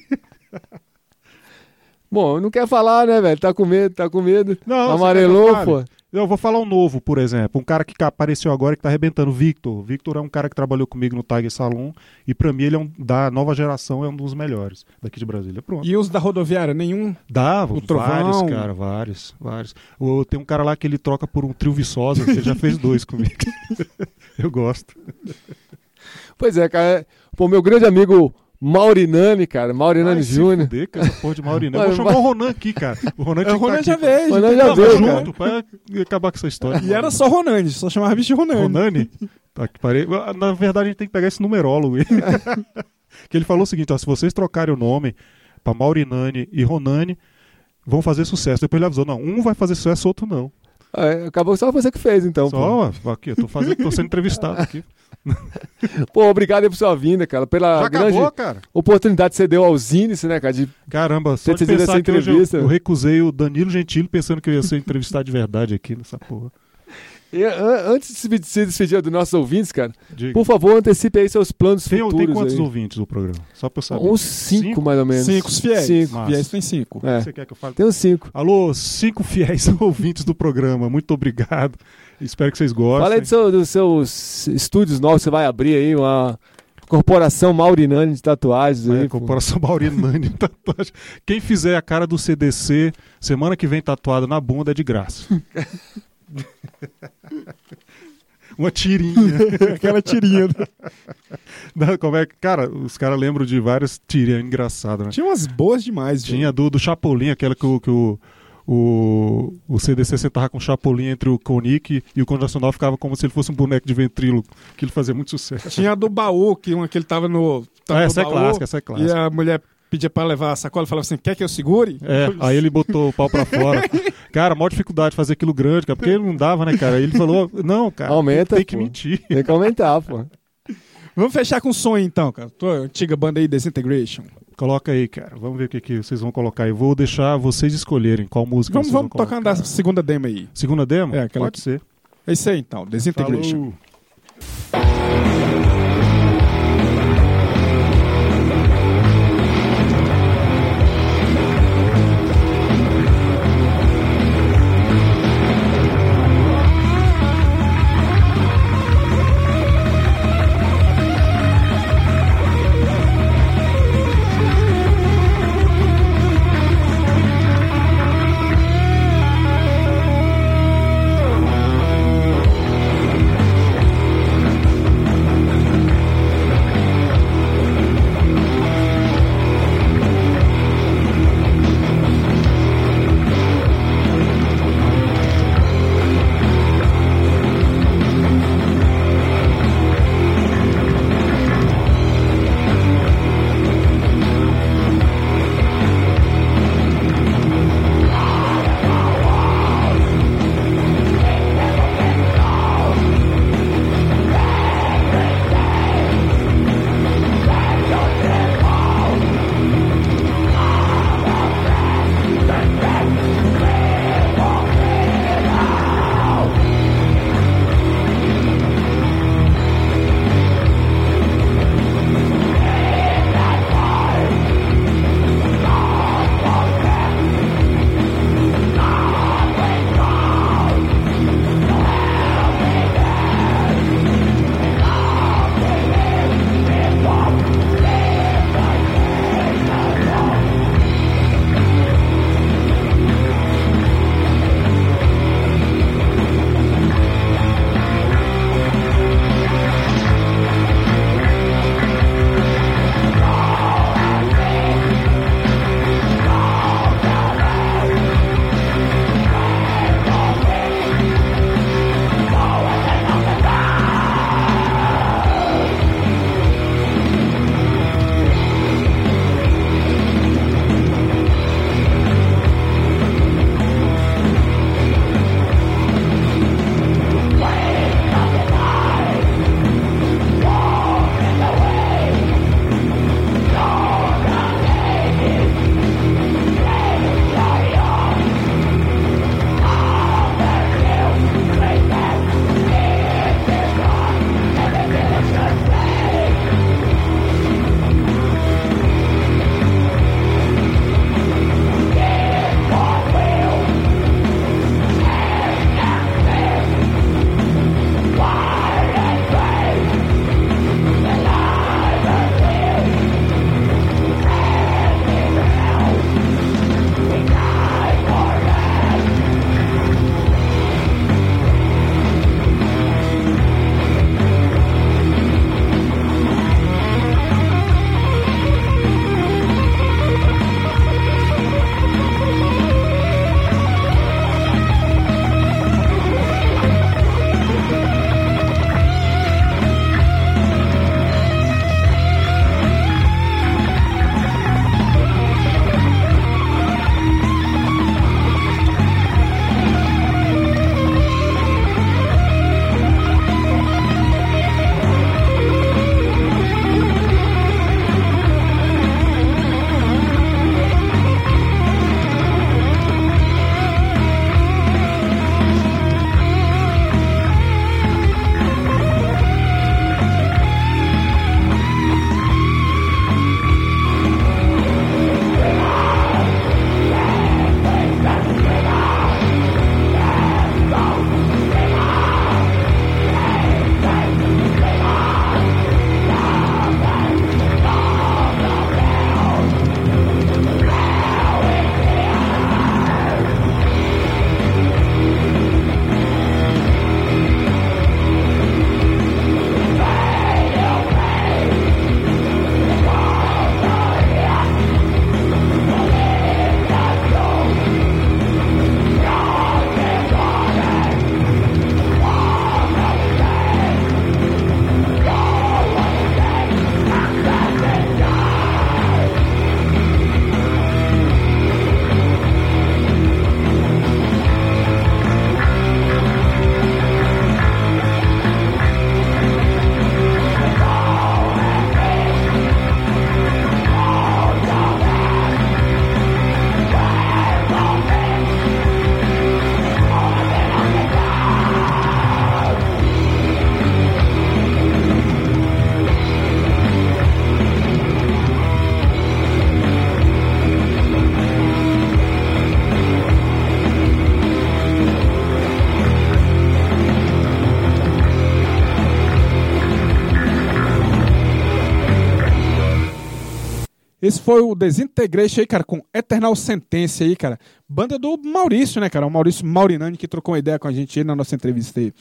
Bom, não quer falar, né, velho? Tá com medo. Não, amarelou, pô. Eu vou falar um novo, por exemplo. Um cara que apareceu agora e que tá arrebentando, o Victor. O Victor é um cara que trabalhou comigo no Tiger Saloon e pra mim ele é da nova geração, é um dos melhores daqui de Brasília. Pronto. E os da rodoviária, nenhum? Dava, o Trovão. Vários, cara, vários. Tem um cara lá que ele troca por um trio Viçosa, ele já fez 2 comigo. Eu gosto. Pois é, cara. Pô, meu grande amigo Maurinani, cara. Maurinani Júnior. Cara, porra de Maurinani. Vou chamar o Ronan aqui, cara. O Ronan já veio. O Ronan já veio, junto, pra acabar com essa história. E era só Ronani, só chamava bicho de Ronani. Ronani? Tá, que parei. Na verdade, a gente tem que pegar esse numerólogo aí. Que ele falou o seguinte, ó, se vocês trocarem o nome pra Maurinani e Ronani, vão fazer sucesso. Depois ele avisou, não, um vai fazer sucesso, outro não. Acabou só você que fez, então. Só, aqui, eu tô sendo entrevistado aqui. Pô, obrigado aí por sua vinda, cara. Pela já grande acabou, cara. Oportunidade que você deu ao Zinice, né, cara? Caramba, só de pensar que hoje eu recusei o Danilo Gentili pensando que eu ia ser entrevistado de verdade aqui nessa porra. E, antes de se despedir dos nossos ouvintes, cara, Diga. Por favor, antecipe aí seus planos futuros. Tem quantos aí. ouvintes o programa? Só pra eu saber. Uns 5, mais ou menos. 5 fiéis. 5. Fiéis tem 5. É. Você quer que eu fale? Tem uns 5. Alô, 5 fiéis ouvintes do programa. Muito obrigado. Espero que vocês gostem. Fala aí dos seus estúdios novos que você vai abrir aí, uma corporação Maurinani de tatuagens. Aí, corporação Maurinani de tatuagens. Quem fizer a cara do CDC, semana que vem tatuada na bunda é de graça. Uma tirinha. Aquela tirinha. Não, como é que, cara, os caras lembram de várias tirinhas engraçadas, né? Tinha umas boas demais. Tinha do Chapolin, aquela que o CDC sentava com o Chapolin entre o Conic e o Conde Nacional ficava como se ele fosse um boneco de ventríloco, que ele fazia muito sucesso. Tinha a do baú, que ele tava no essa baú, é clássica. E a mulher pedia pra levar a sacola e falava assim, quer que eu segure? Aí ele botou o pau pra fora. Cara, maior dificuldade de fazer aquilo grande, cara, porque ele não dava, né, cara? Aí ele falou, não, cara, aumenta, tem que mentir. Tem que aumentar, pô. Vamos fechar com som então, cara. Tua antiga banda aí, Desintegration. Coloca aí, cara. Vamos ver o que vocês vão colocar. Eu vou deixar vocês escolherem qual música vocês vão colocar. Vamos tocando a segunda demo aí. Segunda demo? Aquela Pode ser. É isso aí então, Desintegration. Falou. Esse foi o Desintegration aí, cara, com Eternal Sentence aí, cara. Banda do Maurício, né, cara? O Maurício Maurinani que trocou uma ideia com a gente aí na nossa entrevista aí.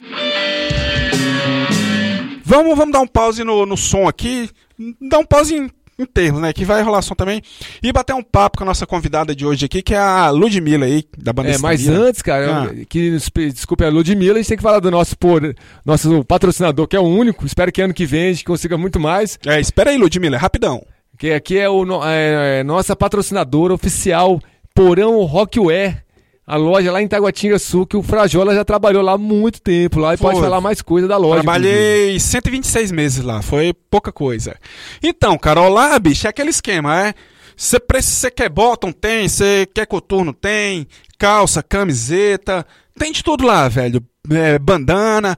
Vamos dar um pause no som aqui. Dar um pause em termos, né? Que vai rolar som também. E bater um papo com a nossa convidada de hoje aqui, que é a Ludmilla aí, da banda Mas Estaria. antes, cara, desculpe a Ludmilla, a gente tem que falar do nosso patrocinador, que é o único. Espero que ano que vem a gente consiga muito mais. Espera aí, Ludmilla, é rapidão. Que aqui é nossa patrocinadora oficial, Porão Rockwear, a loja lá em Taguatinga Sul, que o Frajola já trabalhou lá há muito tempo lá e pode falar mais coisa da loja. Trabalhei 126 meses lá, foi pouca coisa. Então, Carol, lá, bicho, é aquele esquema, Você quer bottom, tem, você quer coturno, tem, calça, camiseta, tem de tudo lá, velho. Bandana,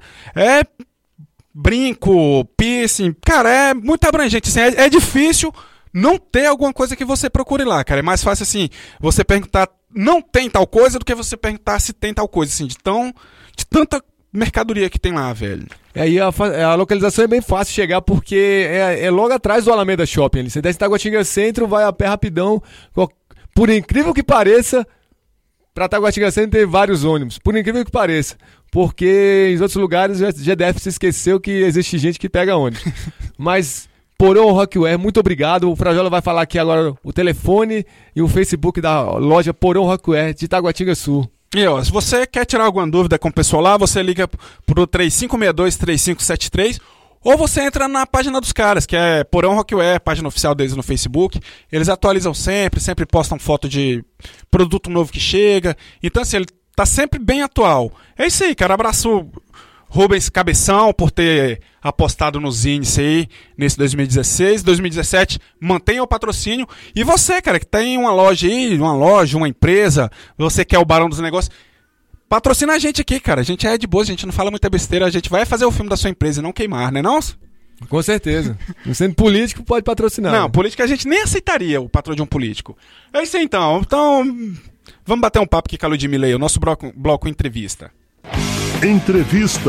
brinco, piercing, cara, é muito abrangente, assim, é difícil não ter alguma coisa que você procure lá, cara. É mais fácil, assim, você perguntar não tem tal coisa do que você perguntar se tem tal coisa, assim, de tanta mercadoria que tem lá, velho. Aí a localização é bem fácil chegar, porque é logo atrás do Alameda Shopping. Ali. Você desce em Taguatinga Centro, vai a pé rapidão. Por incrível que pareça, pra Taguatinga Centro tem vários ônibus. Por incrível que pareça. Porque em outros lugares já deve se esqueceu que existe gente que pega ônibus. Mas Porão Rockwear, muito obrigado. O Frajola vai falar aqui agora o telefone e o Facebook da loja Porão Rockwear de Taguatinga Sul. E se você quer tirar alguma dúvida com o pessoal lá, você liga pro 3562-3573 ou você entra na página dos caras, que é Porão Rockwear, página oficial deles no Facebook. Eles atualizam sempre postam foto de produto novo que chega. Então, assim, ele tá sempre bem atual. É isso aí, cara. Abraço Rubens Cabeção por ter apostado nos índices aí nesse 2016. 2017, mantenha o patrocínio. E você, cara, que tem uma loja aí, uma empresa, você que é o barão dos negócios, patrocina a gente aqui, cara. A gente é de boa, a gente não fala muita besteira. A gente vai fazer o filme da sua empresa e não queimar, né não? Com certeza. Não sendo político, pode patrocinar. Não, político a gente nem aceitaria o patrão de um político. É isso aí, então. Então, vamos bater um papo aqui com a Ludmilla aí, o nosso bloco entrevista. Entrevista.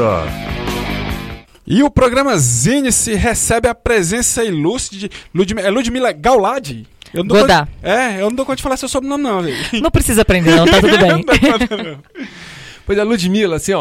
E o programa Zine-se recebe a presença ilustre de Ludmilla Gauladi. Godá. Eu não dou conta de falar seu sobrenome não, velho. Não precisa aprender não, tá tudo bem. Pois é, Ludmilla, assim,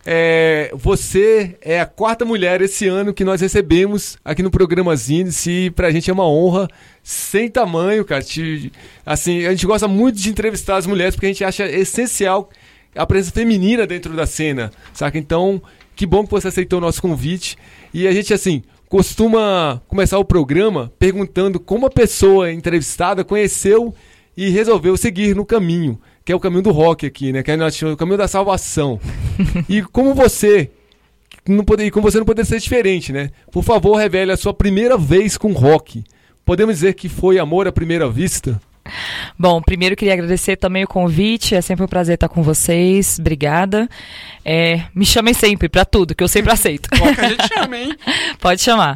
você é a 4ª mulher esse ano que nós recebemos aqui no programa Zine-se e pra gente é uma honra sem tamanho, cara. Assim, a gente gosta muito de entrevistar as mulheres porque a gente acha essencial a presença feminina dentro da cena, saca? Então, que bom que você aceitou o nosso convite. E a gente, assim, costuma começar o programa perguntando como a pessoa entrevistada conheceu e resolveu seguir no caminho, que é o caminho do rock aqui, né? Que é o caminho da salvação. E como você não poderia ser diferente, né? Por favor, revele a sua primeira vez com rock. Podemos dizer que foi amor à primeira vista? Bom, primeiro queria agradecer também o convite, é sempre um prazer estar com vocês, obrigada. Me chamem sempre pra tudo, que eu sempre aceito. Qual que a gente chama, hein? Pode chamar.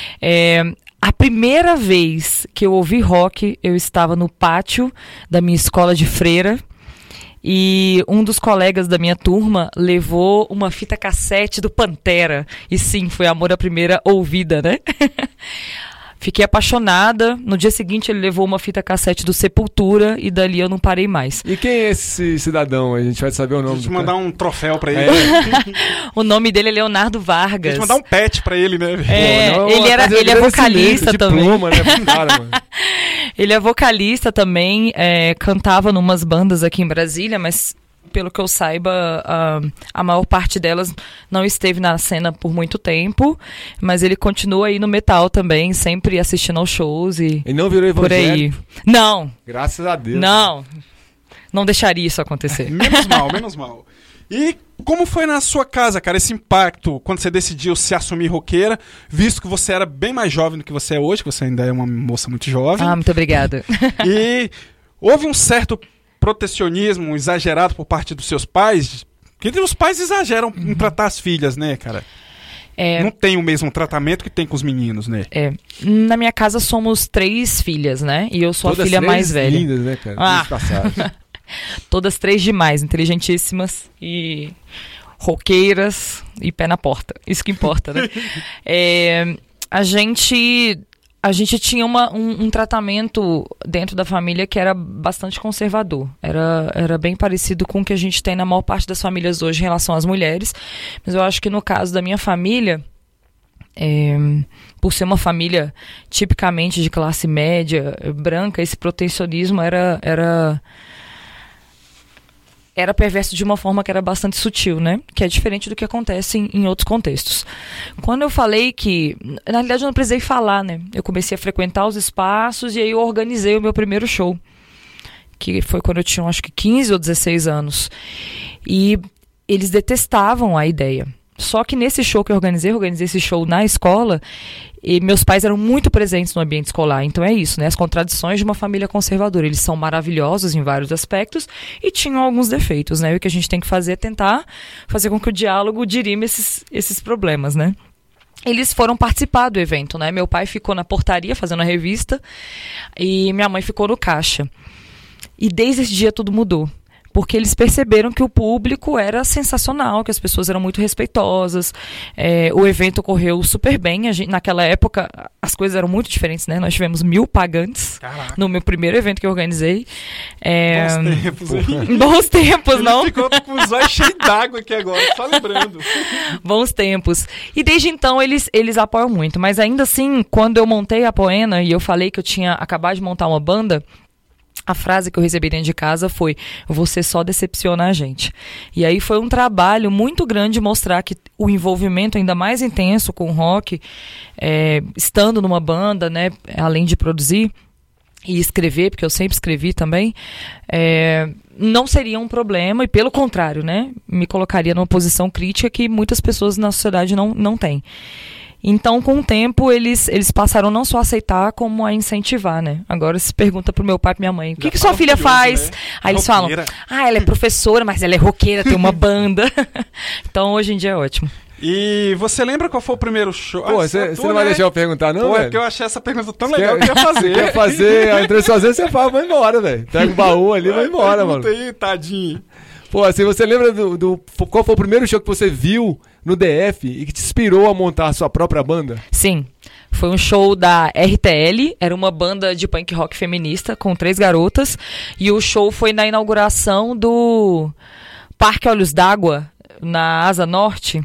A primeira vez que eu ouvi rock, eu estava no pátio da minha escola de freira e um dos colegas da minha turma levou uma fita cassete do Pantera. E sim, foi amor à primeira ouvida, né? Fiquei apaixonada. No dia seguinte ele levou uma fita cassete do Sepultura e dali eu não parei mais. E quem é esse cidadão? A gente vai saber o nome. Deixa eu mandar um troféu pra ele. O nome dele é Leonardo Vargas. Deixa eu mandar um pet pra ele, né? Ele é vocalista também. Diploma, né? Cara, mano. Ele é vocalista também, cantava numas bandas aqui em Brasília, mas pelo que eu saiba, a maior parte delas não esteve na cena por muito tempo, mas ele continua aí no metal também, sempre assistindo aos shows e não virou evangélico? Por aí. Não. Graças a Deus. Não deixaria isso acontecer. Menos mal. E como foi na sua casa, cara, esse impacto quando você decidiu se assumir roqueira, visto que você era bem mais jovem do que você é hoje, que você ainda é uma moça muito jovem. Muito obrigada. E houve um certo protecionismo exagerado por parte dos seus pais, porque os pais exageram em tratar as filhas, né, cara? Não tem o mesmo tratamento que tem com os meninos, né? Na minha casa somos 3 filhas, né? E eu sou todas a filha mais velha. Lindas, né, cara? Todas 3 demais, inteligentíssimas e roqueiras e pé na porta. Isso que importa, né? A gente a gente tinha um tratamento dentro da família que era bastante conservador. Era bem parecido com o que a gente tem na maior parte das famílias hoje em relação às mulheres. Mas eu acho que no caso da minha família, por ser uma família tipicamente de classe média, branca, esse protecionismo era perverso de uma forma que era bastante sutil, né? Que é diferente do que acontece em outros contextos. Quando eu falei que... Na realidade, eu não precisei falar, né? Eu comecei a frequentar os espaços e aí eu organizei o meu primeiro show. Que foi quando eu tinha, acho que 15 ou 16 anos. E eles detestavam a ideia. Só que nesse show que eu organizei esse show na escola, e meus pais eram muito presentes no ambiente escolar. Então é isso, né? As contradições de uma família conservadora. Eles são maravilhosos em vários aspectos e tinham alguns defeitos, né? E o que a gente tem que fazer é tentar fazer com que o diálogo dirime esses problemas, né? Eles foram participar do evento, né? Meu pai ficou na portaria fazendo a revista e minha mãe ficou no caixa. E desde esse dia tudo mudou. Porque eles perceberam que o público era sensacional, que as pessoas eram muito respeitosas, o evento ocorreu super bem. Naquela época, as coisas eram muito diferentes, né? Nós tivemos 1000 pagantes. Caraca. No meu primeiro evento que eu organizei. Bons tempos, hein? Bons tempos, não? Ficou com os olhos cheios d'água aqui agora, só lembrando. Bons tempos. E desde então, eles apoiam muito. Mas ainda assim, quando eu montei a Poena e eu falei que eu tinha acabado de montar uma banda, a frase que eu recebi dentro de casa foi: você só decepciona a gente. E aí foi um trabalho muito grande mostrar que o envolvimento ainda mais intenso com o rock, estando numa banda, né, além de produzir e escrever, porque eu sempre escrevi também, não seria um problema e, pelo contrário, né, me colocaria numa posição crítica que muitas pessoas na sociedade não têm. Então, com o tempo, eles passaram não só a aceitar, como a incentivar, né? Agora se pergunta pro meu pai e pra minha mãe: o que sua filha faz? Né? Aí eles falam: ela é professora, mas ela é roqueira, tem uma banda. Então, hoje em dia é ótimo. E você lembra qual foi o primeiro show? Pô, você não vai deixar eu perguntar, não? Pô, é porque eu achei essa pergunta tão legal que eu ia fazer. Quer fazer a entrevista sozinho, você fala, vai embora, velho. Pega o baú ali e vai embora, mano. Aí, tadinho. Pô, assim, você lembra qual foi o primeiro show que você viu no DF e que te inspirou a montar a sua própria banda? Sim. Foi um show da RTL, era uma banda de punk rock feminista com 3 garotas. E o show foi na inauguração do Parque Olhos d'Água, na Asa Norte.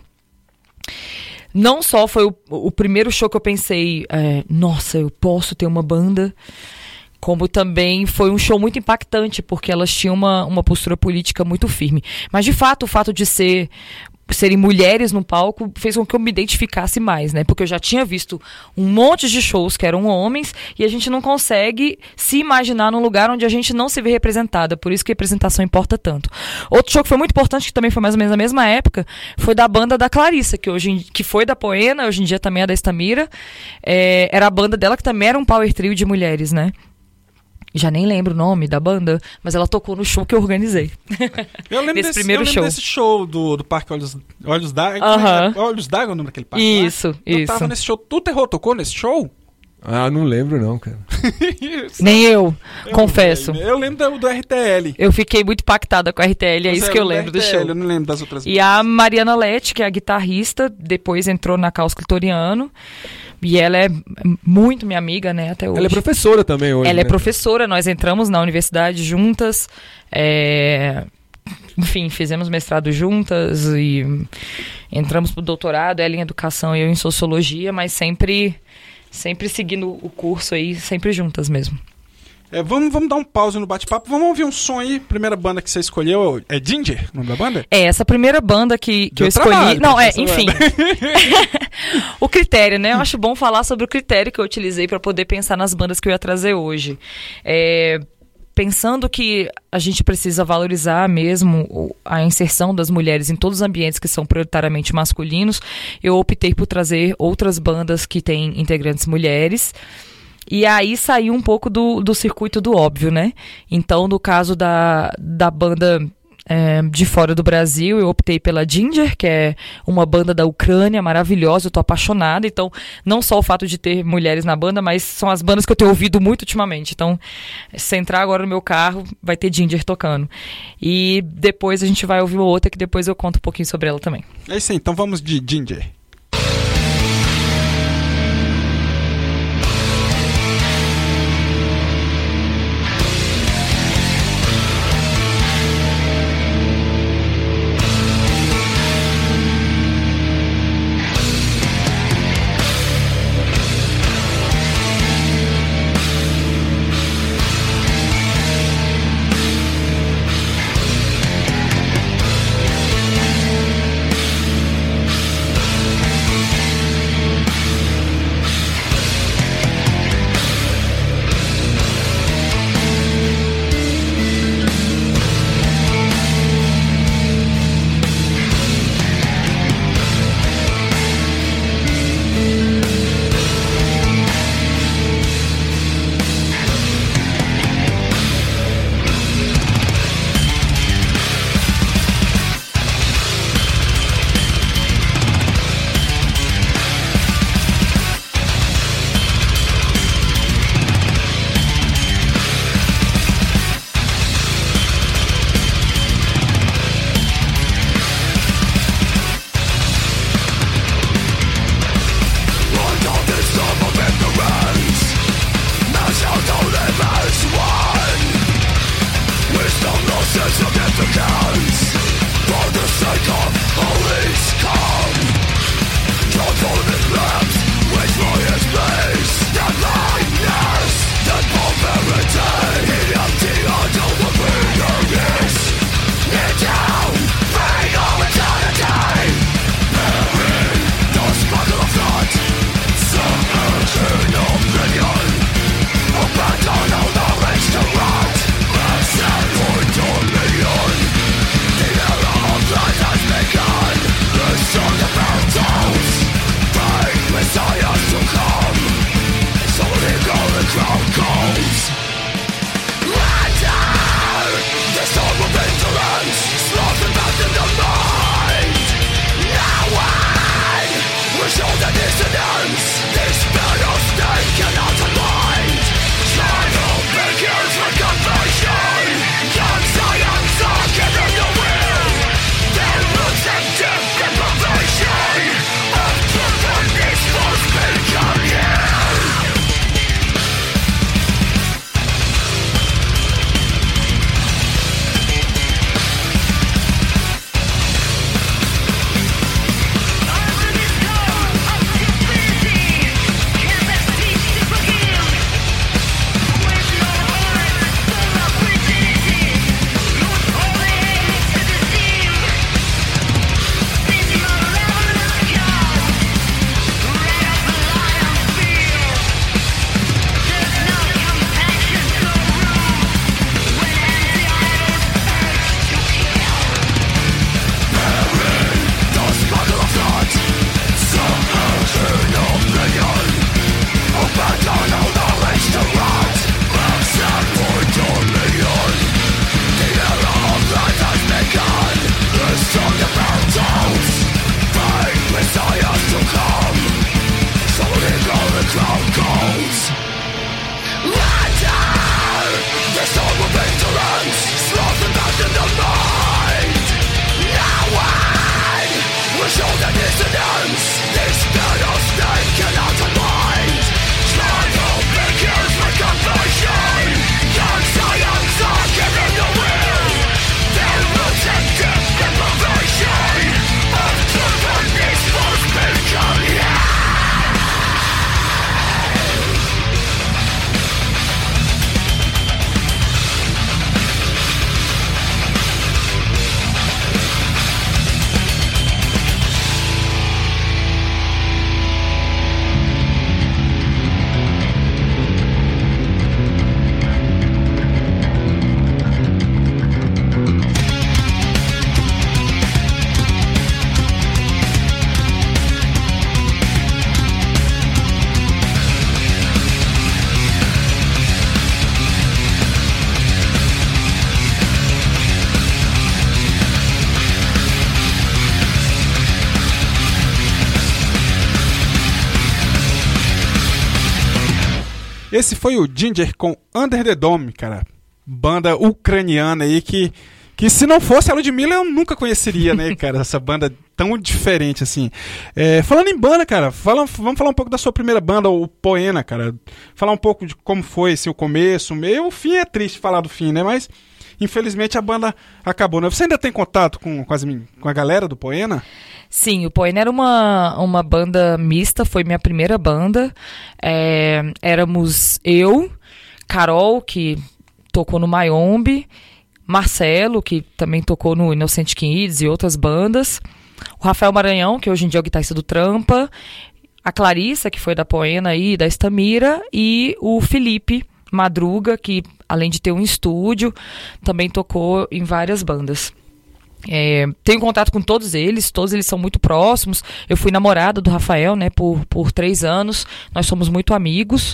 Não só foi o primeiro show que eu pensei, nossa, eu posso ter uma banda, como também foi um show muito impactante, porque elas tinham uma postura política muito firme. Mas, de fato, o fato de serem mulheres no palco fez com que eu me identificasse mais, né? Porque eu já tinha visto um monte de shows que eram homens e a gente não consegue se imaginar num lugar onde a gente não se vê representada. Por isso que a representação importa tanto. Outro show que foi muito importante, que também foi mais ou menos na mesma época, foi da banda da Clarissa, que foi da Poena, hoje em dia também é da Estamira. Era a banda dela, que também era um power trio de mulheres, né? Já nem lembro o nome da banda, mas ela tocou no show que eu organizei. Eu lembro desse show do Parque Olhos d'Água. Olhos d'Água é o nome daquele parque? Isso. Eu tava nesse show. Tu tocou nesse show? Ah, não lembro não, cara. Nem eu, confesso. Eu lembro do RTL. Eu fiquei muito impactada com a RTL, é isso que eu lembro do show. Eu não lembro das outras. E a Mariana Lete, que é a guitarrista, depois entrou na Caos Clitoriano. E ela é muito minha amiga, né, até hoje. Ela é professora também hoje, Ela é né? professora, nós entramos na universidade juntas, enfim, fizemos mestrado juntas e entramos pro doutorado, ela em educação e eu em sociologia, mas sempre seguindo o curso aí, sempre juntas mesmo. Vamos dar um pause no bate-papo. Vamos ouvir um som aí. Primeira banda que você escolheu é Ginger, o nome da banda? Essa primeira banda que eu escolhi... enfim. O critério, né? Eu acho bom falar sobre o critério que eu utilizei para poder pensar nas bandas que eu ia trazer hoje. Pensando que a gente precisa valorizar mesmo a inserção das mulheres em todos os ambientes que são prioritariamente masculinos, eu optei por trazer outras bandas que têm integrantes mulheres. E aí saiu um pouco do circuito do óbvio, né? Então, no caso da banda de fora do Brasil, eu optei pela Ginger, que é uma banda da Ucrânia maravilhosa, eu tô apaixonada. Então, não só o fato de ter mulheres na banda, mas são as bandas que eu tenho ouvido muito ultimamente. Então, se entrar agora no meu carro, vai ter Ginger tocando. E depois a gente vai ouvir outra, que depois eu conto um pouquinho sobre ela também. É isso aí, então vamos de Ginger. Esse foi o Ginger com Under the Dome, cara. Banda ucraniana aí que se não fosse a Ludmilla eu nunca conheceria, né, cara? Essa banda tão diferente, assim. Falando em banda, cara, vamos falar um pouco da sua primeira banda, o Poena, cara. Falar um pouco de como foi, assim, o começo, o meio. O fim é triste falar do fim, né? Mas, infelizmente, a banda acabou, né? Você ainda tem contato com a galera do Poena? Sim, o Poena era uma banda mista, foi minha primeira banda. Éramos eu, Carol, que tocou no Mayombe, Marcelo, que também tocou no Innocent Kids e outras bandas, o Rafael Maranhão, que hoje em dia é o guitarrista do Trampa, a Clarissa, que foi da Poena e da Estamira, e o Felipe Madruga, que além de ter um estúdio, também tocou em várias bandas. Tenho contato com todos eles são muito próximos. Eu fui namorada do Rafael, né, por 3 anos, nós somos muito amigos.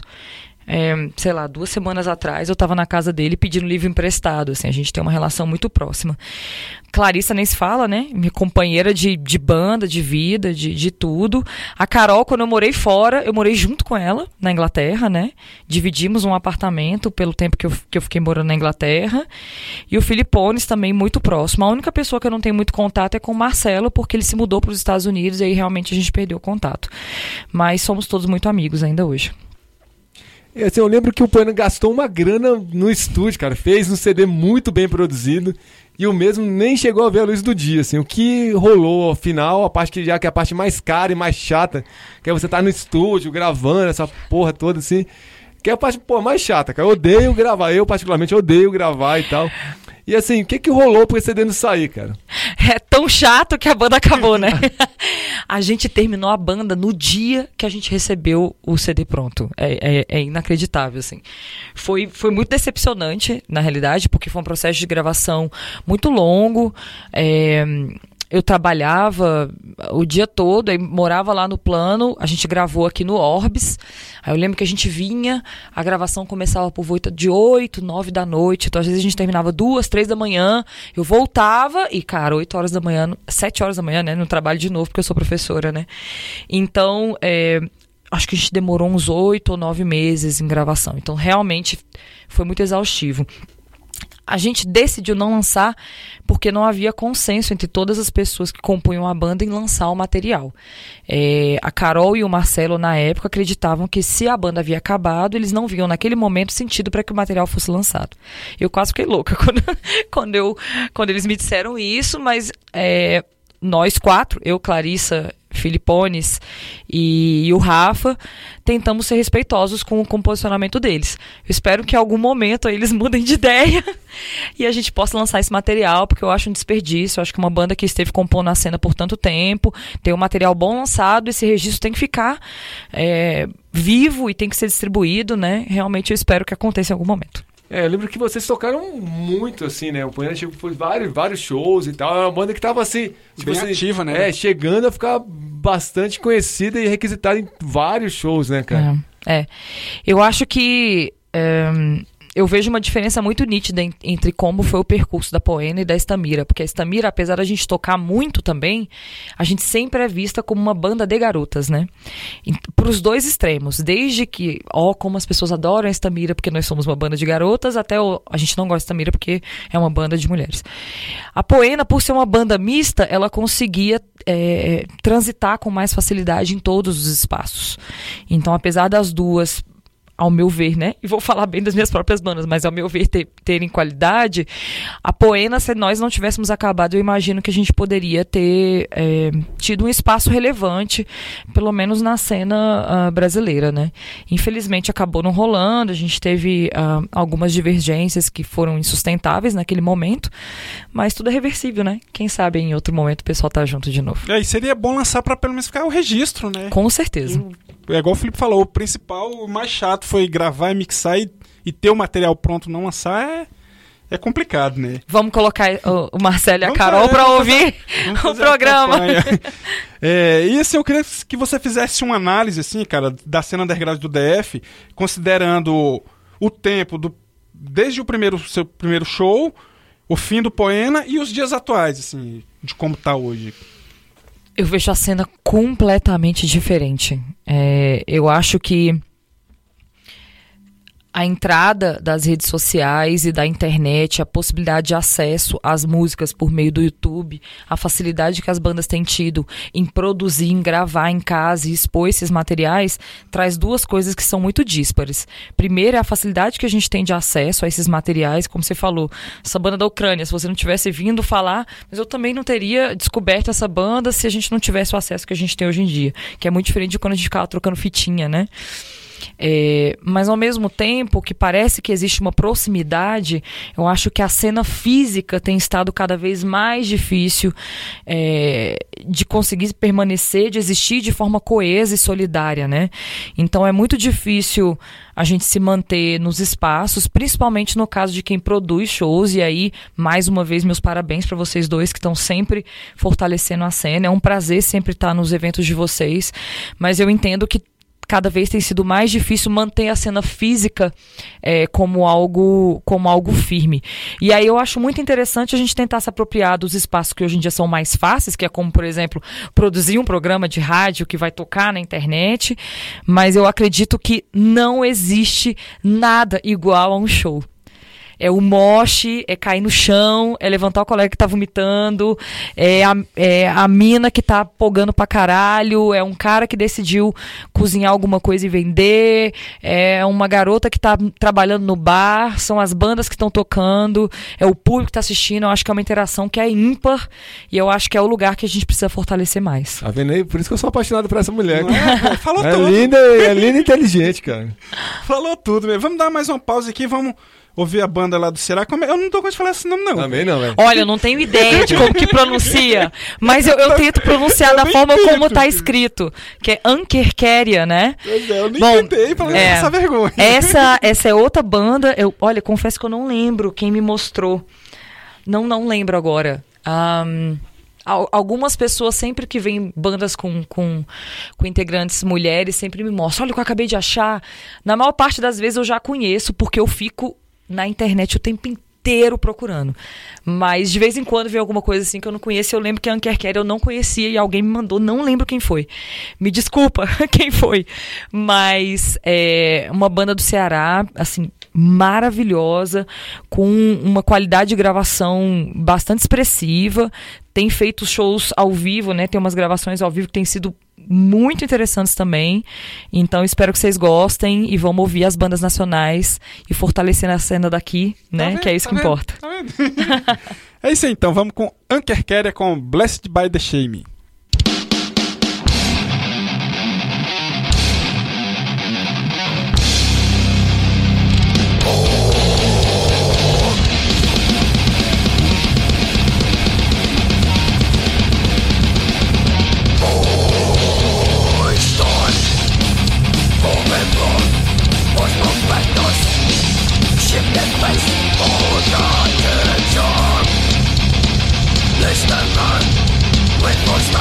2 semanas atrás eu estava na casa dele pedindo livro emprestado, assim, a gente tem uma relação muito próxima. Clarissa nem se fala, né, minha companheira de banda, de vida, de tudo. A Carol, quando eu morei fora, eu morei junto com ela na Inglaterra, né, dividimos um apartamento pelo tempo que eu fiquei morando na Inglaterra. E o Filipones também muito próximo. A única pessoa que eu não tenho muito contato é com o Marcelo, porque ele se mudou para os Estados Unidos e aí realmente a gente perdeu o contato, mas somos todos muito amigos ainda hoje. Assim, eu lembro que o Poena gastou uma grana no estúdio, cara. Fez um CD muito bem produzido e o mesmo nem chegou a ver a luz do dia, assim. O que rolou ao final, que é a parte mais cara e mais chata, que é você estar no estúdio gravando essa porra toda, assim, que é a parte, mais chata, cara. Eu odeio gravar, eu particularmente odeio gravar e tal. E assim, o que rolou pra esse CD não sair, cara? É tão chato que a banda acabou, né? A gente terminou a banda no dia que a gente recebeu o CD pronto. É inacreditável, assim. Foi muito decepcionante, na realidade, porque foi um processo de gravação muito longo. Eu trabalhava o dia todo, aí morava lá no Plano, a gente gravou aqui no Orbis. Aí eu lembro que a gente vinha, a gravação começava por volta de 8, 9 da noite, então às vezes a gente terminava 2, 3 da manhã, eu voltava e, cara, 8 horas da manhã, 7 horas da manhã, né, no trabalho de novo, porque eu sou professora, né. Então, acho que a gente demorou uns 8 ou 9 meses em gravação, então realmente foi muito exaustivo. A gente decidiu não lançar porque não havia consenso entre todas as pessoas que compunham a banda em lançar o material. A Carol e o Marcelo, na época, acreditavam que se a banda havia acabado, eles não viam naquele momento sentido para que o material fosse lançado. Eu quase fiquei louca quando eles me disseram isso, mas nós 4, eu, Clarissa, Filipones e o Rafa, tentamos ser respeitosos com o posicionamento deles. Eu espero que em algum momento eles mudem de ideia e a gente possa lançar esse material, porque eu acho um desperdício. Eu acho que uma banda que esteve compondo a cena por tanto tempo, tem um material bom lançado, esse registro tem que ficar vivo e tem que ser distribuído, né? Realmente eu espero que aconteça em algum momento. Eu lembro que vocês tocaram muito, assim, né? O Poena foi vários shows e tal. Era uma banda que tava, assim... Tipo, bem ativa, né? Chegando a ficar bastante conhecida e requisitada em vários shows, né, cara? Eu acho que... eu vejo uma diferença muito nítida entre como foi o percurso da Poena e da Estamira, porque a Estamira, apesar da gente tocar muito também, a gente sempre é vista como uma banda de garotas, né? Para os dois extremos, desde que, como as pessoas adoram a Estamira porque nós somos uma banda de garotas, até a gente não gosta de Estamira porque é uma banda de mulheres. A Poena, por ser uma banda mista, ela conseguia transitar com mais facilidade em todos os espaços. Então, apesar das duas, ao meu ver, né? E vou falar bem das minhas próprias bandas, mas ao meu ver terem qualidade, a Poena, se nós não tivéssemos acabado, eu imagino que a gente poderia ter tido um espaço relevante, pelo menos na cena brasileira, né? Infelizmente acabou não rolando, a gente teve algumas divergências que foram insustentáveis naquele momento, mas tudo é reversível, né? Quem sabe em outro momento o pessoal tá junto de novo. E seria bom lançar para pelo menos ficar o registro, né? Com certeza. É igual o Felipe falou, o principal, o mais chato foi gravar e mixar e ter o material pronto não lançar é complicado, né? Vamos colocar o Marcelo e a Carol para ouvir o programa. E assim, eu queria que você fizesse uma análise, assim, cara, da cena underground do DF, considerando o tempo desde seu primeiro show, o fim do Poena e os dias atuais, assim, de como tá hoje. Eu vejo a cena completamente diferente. Eu acho que a entrada das redes sociais e da internet, a possibilidade de acesso às músicas por meio do YouTube, a facilidade que as bandas têm tido em produzir, em gravar em casa e expor esses materiais, traz duas coisas que são muito díspares. Primeiro é a facilidade que a gente tem de acesso a esses materiais, como você falou, essa banda da Ucrânia, se você não tivesse vindo falar, mas eu também não teria descoberto essa banda se a gente não tivesse o acesso que a gente tem hoje em dia, que é muito diferente de quando a gente ficava trocando fitinha, né? Mas ao mesmo tempo que parece que existe uma proximidade, eu acho que a cena física tem estado cada vez mais difícil de conseguir permanecer, de existir de forma coesa e solidária, né? Então é muito difícil a gente se manter nos espaços, principalmente no caso de quem produz shows, e aí, mais uma vez, meus parabéns para vocês dois que estão sempre fortalecendo a cena. É um prazer sempre estar nos eventos de vocês, mas eu entendo que cada vez tem sido mais difícil manter a cena física como algo firme. E aí eu acho muito interessante a gente tentar se apropriar dos espaços que hoje em dia são mais fáceis, que é como, por exemplo, produzir um programa de rádio que vai tocar na internet, mas eu acredito que não existe nada igual a um show. É o moche, é cair no chão, é levantar o colega que tá vomitando, é a mina que tá pogando pra caralho, é um cara que decidiu cozinhar alguma coisa e vender, é uma garota que tá trabalhando no bar, são as bandas que estão tocando, é o público que tá assistindo. Eu acho que é uma interação que é ímpar e eu acho que é o lugar que a gente precisa fortalecer mais. Tá vendo aí? Por isso que eu sou apaixonado por essa mulher. Falou É tudo. linda e inteligente, cara. Falou tudo, velho. Vamos dar mais uma pausa aqui, vamos ouvir a banda lá do Ceará. Eu não tô com de falar esse nome, não. Também não, velho. Olha, eu não tenho ideia de como que pronuncia, mas eu tento pronunciar da forma como tá escrito, que é Ankerkeria, né? Pois é, eu nem Bom, tentei pra não passar vergonha. Essa é outra banda. Olha, confesso que eu não lembro quem me mostrou. Não lembro agora. Algumas pessoas, sempre que vêm bandas com integrantes mulheres, sempre me mostram. Olha o que eu acabei de achar. Na maior parte das vezes eu já conheço, porque eu fico na internet o tempo inteiro procurando. Mas de vez em quando vem alguma coisa assim que eu não conheço. Eu lembro que a Ankerkeria eu não conhecia e alguém me mandou, não lembro quem foi. Me desculpa quem foi. Mas é uma banda do Ceará, assim, maravilhosa, com uma qualidade de gravação bastante expressiva. Tem feito shows ao vivo, né? Tem umas gravações ao vivo que têm sido muito interessantes também. Então espero que vocês gostem e vamos ouvir as bandas nacionais e fortalecer a cena daqui, né? vendo, que é isso que importa. Tá vendo? É isso aí, então. Vamos com Ankerkeria com Blessed by the Shame. Listen, man, with us.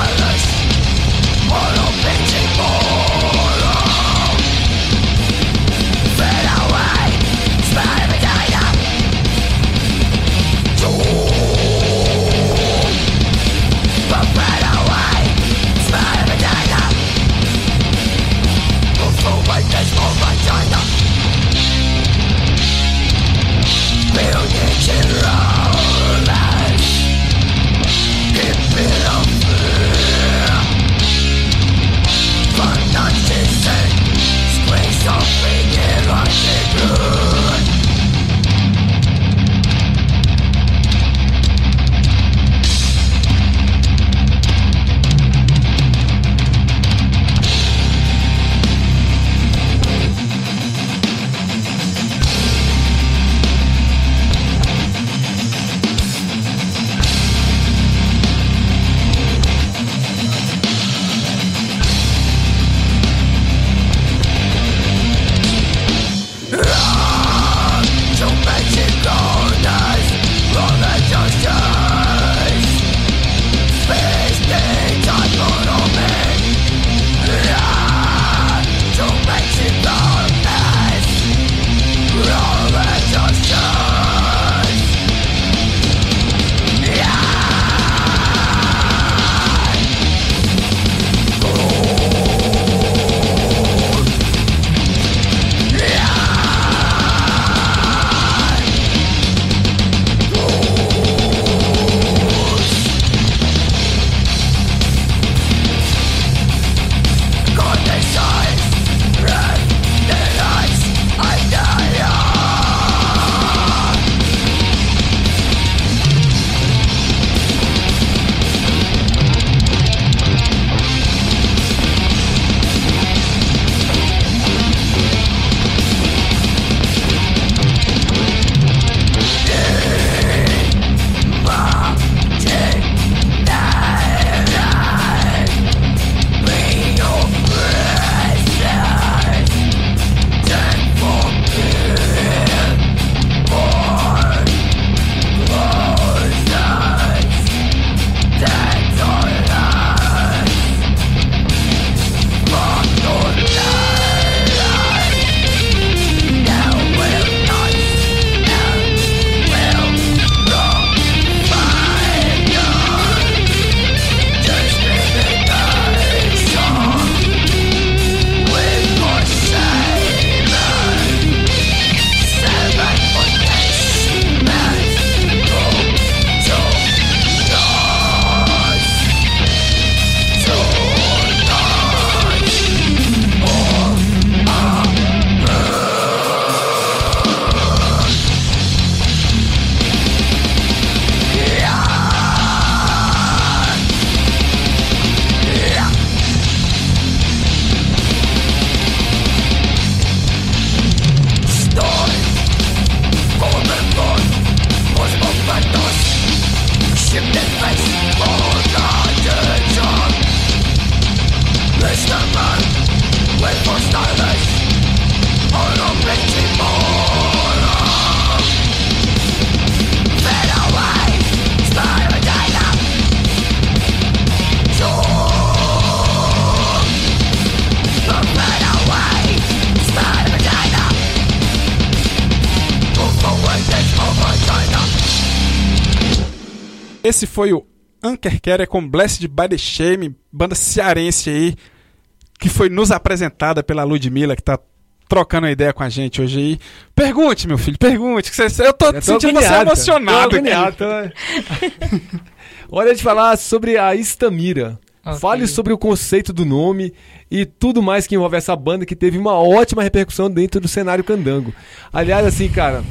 Esse foi o Anker Carrier com Blessed by the Shame, banda cearense aí, que foi nos apresentada pela Ludmilla, que tá trocando a ideia com a gente hoje aí. Pergunte, meu filho, pergunte. Eu tô sentindo você emocionado aqui. Hora de falar sobre a Istamira. Okay. Fale sobre o conceito do nome e tudo mais que envolve essa banda, que teve uma ótima repercussão dentro do cenário candango. Aliás, assim, cara,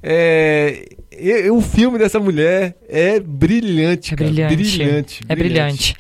o filme dessa mulher é brilhante, cara. É brilhante.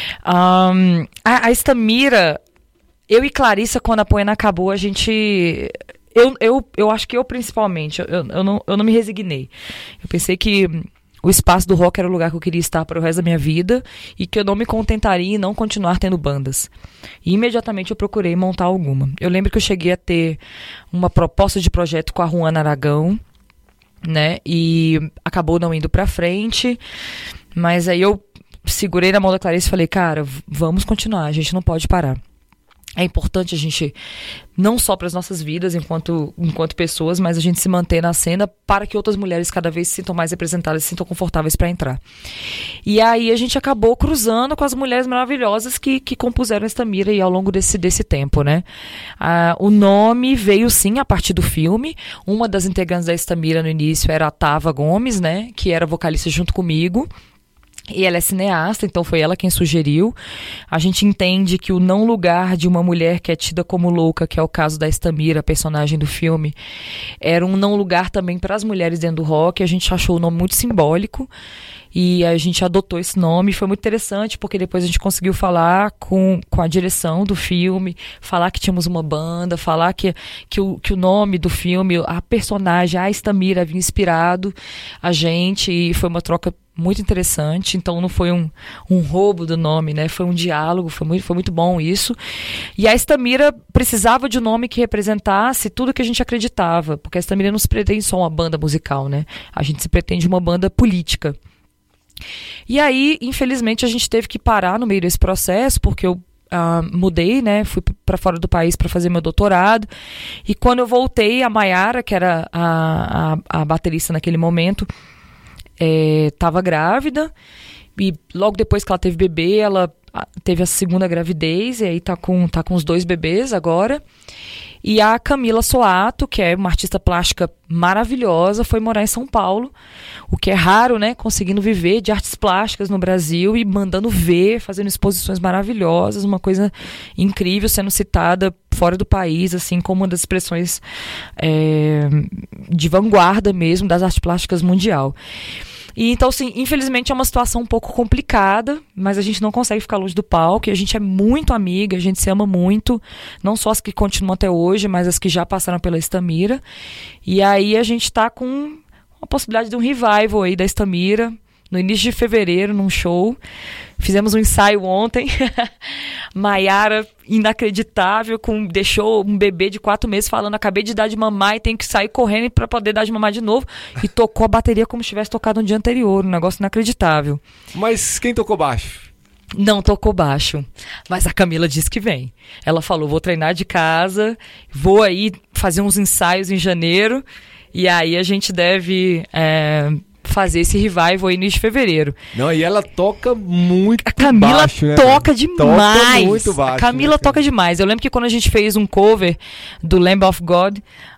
A Istamira, eu e Clarissa, quando a Poena acabou, a gente... Eu acho que eu principalmente, eu não me resignei. Eu pensei que o espaço do rock era o lugar que eu queria estar para o resto da minha vida e que eu não me contentaria em não continuar tendo bandas. E imediatamente eu procurei montar alguma. Eu lembro que eu cheguei a ter uma proposta de projeto com a Juana Aragão, né? E acabou não indo para frente, mas aí eu segurei na mão da Clarice e falei, cara, vamos continuar, a gente não pode parar. É importante a gente, não só para as nossas vidas enquanto pessoas, mas a gente se manter na cena para que outras mulheres cada vez se sintam mais representadas, se sintam confortáveis para entrar. E aí a gente acabou cruzando com as mulheres maravilhosas que compuseram a Istamira aí ao longo desse tempo, né? O nome veio sim a partir do filme. Uma das integrantes da Istamira no início era a Tava Gomes, né? Que era vocalista junto comigo. E ela é cineasta, então foi ela quem sugeriu. A gente entende que o não lugar de uma mulher que é tida como louca, que é o caso da Istamira, a personagem do filme, era um não lugar também para as mulheres dentro do rock. A gente achou o nome muito simbólico e a gente adotou esse nome. Foi muito interessante porque depois a gente conseguiu falar com a direção do filme, falar que tínhamos uma banda, falar que o nome do filme, a personagem, a Istamira, havia inspirado a gente, e foi uma troca muito interessante. Então não foi um roubo do nome, né? Foi um diálogo, foi muito bom isso. E a Istamira precisava de um nome que representasse tudo que a gente acreditava, porque a Istamira não se pretende só uma banda musical, né? A gente se pretende uma banda política. E aí, infelizmente, a gente teve que parar no meio desse processo, porque eu mudei, né? Fui para fora do país para fazer meu doutorado. E quando eu voltei, a Mayara, que era a baterista naquele momento, estava grávida, e logo depois que ela teve bebê, ela teve a segunda gravidez, e aí tá com os 2 bebês agora. E a Camila Soato, que é uma artista plástica maravilhosa, foi morar em São Paulo, o que é raro, né? Conseguindo viver de artes plásticas no Brasil e mandando ver, fazendo exposições maravilhosas, uma coisa incrível, sendo citada fora do país, assim, como uma das expressões de vanguarda mesmo das artes plásticas mundial. E então, assim, infelizmente é uma situação um pouco complicada, mas a gente não consegue ficar longe do palco, e a gente é muito amiga, a gente se ama muito, não só as que continuam até hoje, mas as que já passaram pela Istamira. E aí a gente tá com a possibilidade de um revival aí da Istamira, no início de fevereiro, num show. Fizemos um ensaio ontem. Mayara, inacreditável, deixou um bebê de 4 meses falando, acabei de dar de mamar e tenho que sair correndo para poder dar de mamar de novo. E tocou a bateria como se tivesse tocado no dia anterior, um negócio inacreditável. Mas quem tocou baixo? Não tocou baixo, mas a Camila disse que vem. Ela falou, vou treinar de casa, vou aí fazer uns ensaios em janeiro, e aí a gente deve... fazer esse revival aí no início de fevereiro. Não, e ela toca muito baixo. A Camila baixo, toca demais. Toca muito baixo. A Camila toca demais. Eu lembro que quando a gente fez um cover do Lamb of God,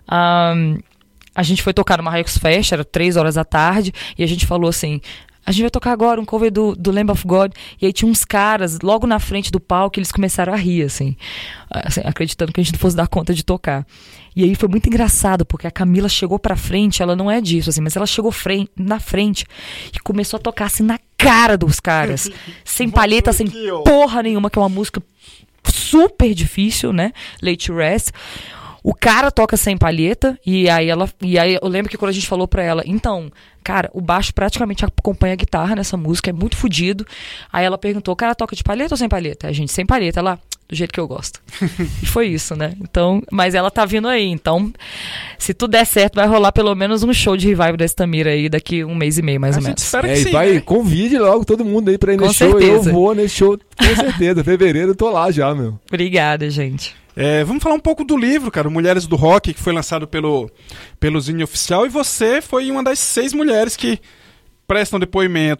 a gente foi tocar no Marrecos Fest, era 3 horas da tarde, e a gente falou assim, a gente vai tocar agora um cover do Lamb of God. E aí tinha uns caras logo na frente do palco, eles começaram a rir, assim, acreditando que a gente não fosse dar conta de tocar. E aí foi muito engraçado, porque a Camila chegou pra frente, ela não é disso, assim, mas ela chegou na frente e começou a tocar, assim, na cara dos caras, sem palheta, sem porra nenhuma, que é uma música super difícil, né? Late to Rest. O cara toca sem palheta, e aí eu lembro que quando a gente falou pra ela, então, cara, o baixo praticamente acompanha a guitarra nessa música, é muito fodido. Aí ela perguntou, o cara toca de palheta ou sem palheta? A gente, sem palheta. Ela, do jeito que eu gosto. E foi isso, né? Então, mas ela tá vindo aí, então, se tudo der certo, vai rolar pelo menos um show de revival da Istamira aí daqui 1 mês e meio, mais ou menos. Espero que sim, vai, né? Convide logo todo mundo aí pra ir com nesse show. certeza. Eu vou nesse show, com certeza. Fevereiro eu tô lá já, meu. Obrigada, gente. Vamos falar um pouco do livro, cara, Mulheres do Rock, que foi lançado pelo Zine Oficial, e você foi uma das 6 mulheres que prestam depoimentos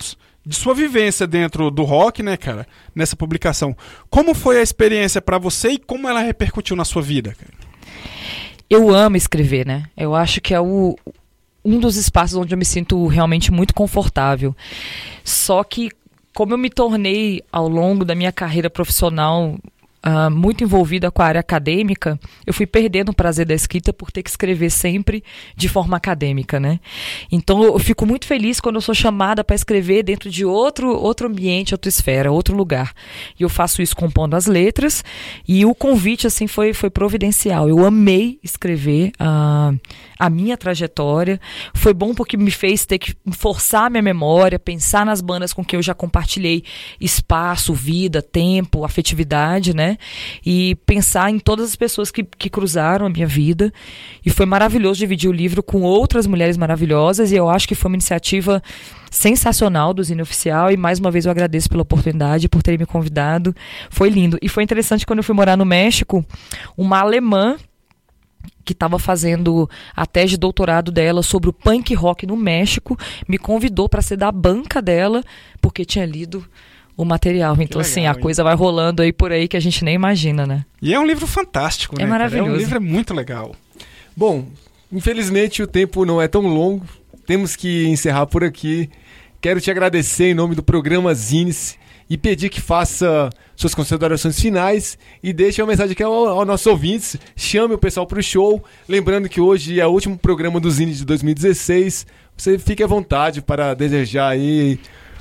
de sua vivência dentro do rock, né, cara, nessa publicação. Como foi a experiência pra você e como ela repercutiu na sua vida, cara? Eu amo escrever, né? Eu acho que é um dos espaços onde eu me sinto realmente muito confortável. Só que, como eu me tornei, ao longo da minha carreira profissional, muito envolvida com a área acadêmica, eu fui perdendo o prazer da escrita por ter que escrever sempre de forma acadêmica, né? Então eu fico muito feliz quando eu sou chamada para escrever dentro de outro ambiente, outra esfera, outro lugar. E eu faço isso compondo as letras, e o convite assim foi providencial. Eu amei escrever a minha trajetória. Foi bom porque me fez ter que forçar minha memória, pensar nas bandas com quem eu já compartilhei espaço, vida, tempo, afetividade, né? E pensar em todas as pessoas que cruzaram a minha vida. E foi maravilhoso dividir o livro com outras mulheres maravilhosas, e eu acho que foi uma iniciativa sensacional do Zine Oficial, e mais uma vez eu agradeço pela oportunidade, por terem me convidado. Foi lindo. E foi interessante quando eu fui morar no México, uma alemã que estava fazendo a tese de doutorado dela sobre o punk rock no México, me convidou para ser da banca dela, porque tinha lido o material. Então, legal, assim, a coisa vai rolando aí por aí que a gente nem imagina, né? E é um livro fantástico, né? É maravilhoso. Um livro muito legal. Bom, infelizmente o tempo não é tão longo. Temos que encerrar por aqui. Quero te agradecer em nome do programa Zine-se e pedir que faça suas considerações finais e deixe uma mensagem aqui aos nossos ouvintes. Chame o pessoal para o show. Lembrando que hoje é o último programa do Zine de 2016. Você fique à vontade para desejar aí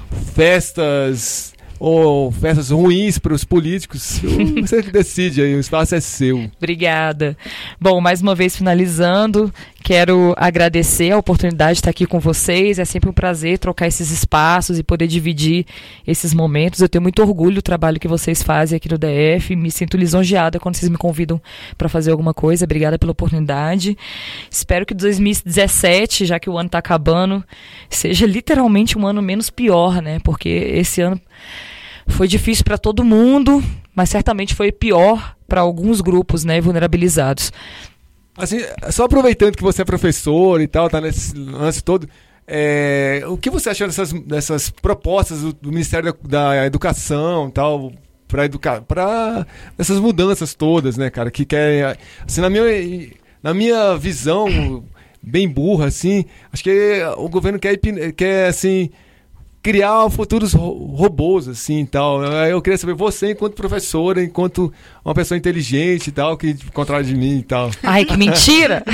festas ou festas ruins para os políticos. Você que decide aí, o espaço é seu. Obrigada. Bom, mais uma vez finalizando, quero agradecer a oportunidade de estar aqui com vocês. É sempre um prazer trocar esses espaços e poder dividir esses momentos. Eu tenho muito orgulho do trabalho que vocês fazem aqui no DF. Me sinto lisonjeada quando vocês me convidam para fazer alguma coisa. Obrigada pela oportunidade. Espero que 2017, já que o ano está acabando, seja literalmente um ano menos pior, né? Porque esse ano foi difícil para todo mundo, mas certamente foi pior para alguns grupos, né, vulnerabilizados. Assim, só aproveitando que você é professor e tal, tá nesse lance todo, o que você achou dessas propostas do Ministério da Educação e tal, para essas mudanças todas, né, cara, que quer, assim, na minha visão bem burra, assim, acho que o governo quer assim, criar futuros robôs, assim, e tal. Eu queria saber, você, enquanto professora, enquanto uma pessoa inteligente e tal, que contrário de mim e tal. Ai, que mentira!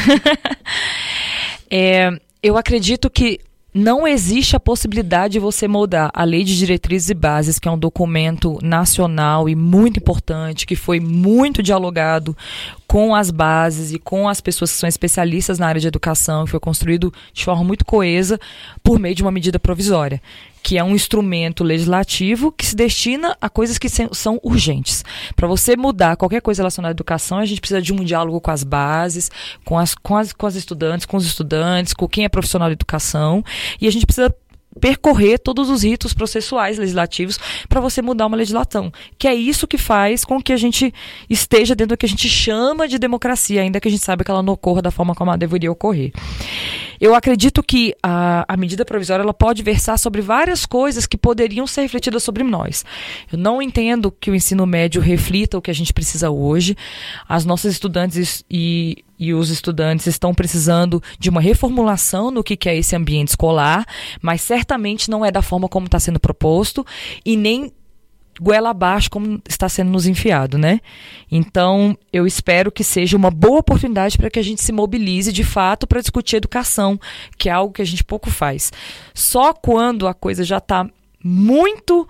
Eu acredito que não existe a possibilidade de você moldar a Lei de Diretrizes e Bases, que é um documento nacional e muito importante, que foi muito dialogado com as bases e com as pessoas que são especialistas na área de educação, que foi construído de forma muito coesa por meio de uma medida provisória, que é um instrumento legislativo que se destina a coisas que são urgentes. Para você mudar qualquer coisa relacionada à educação, a gente precisa de um diálogo com as bases, com as estudantes, com os estudantes, com quem é profissional de educação, e a gente precisa percorrer todos os ritos processuais legislativos para você mudar uma legislação, que é isso que faz com que a gente esteja dentro do que a gente chama de democracia, ainda que a gente saiba que ela não ocorra da forma como ela deveria ocorrer. Eu acredito que a medida provisória ela pode versar sobre várias coisas que poderiam ser refletidas sobre nós. Eu não entendo que o ensino médio reflita o que a gente precisa hoje. As nossas estudantes e os estudantes estão precisando de uma reformulação no que é esse ambiente escolar, mas certamente não é da forma como está sendo proposto e nem goela abaixo como está sendo nos enfiado, né? Então, eu espero que seja uma boa oportunidade para que a gente se mobilize de fato para discutir educação, que é algo que a gente pouco faz. Só quando a coisa já está muito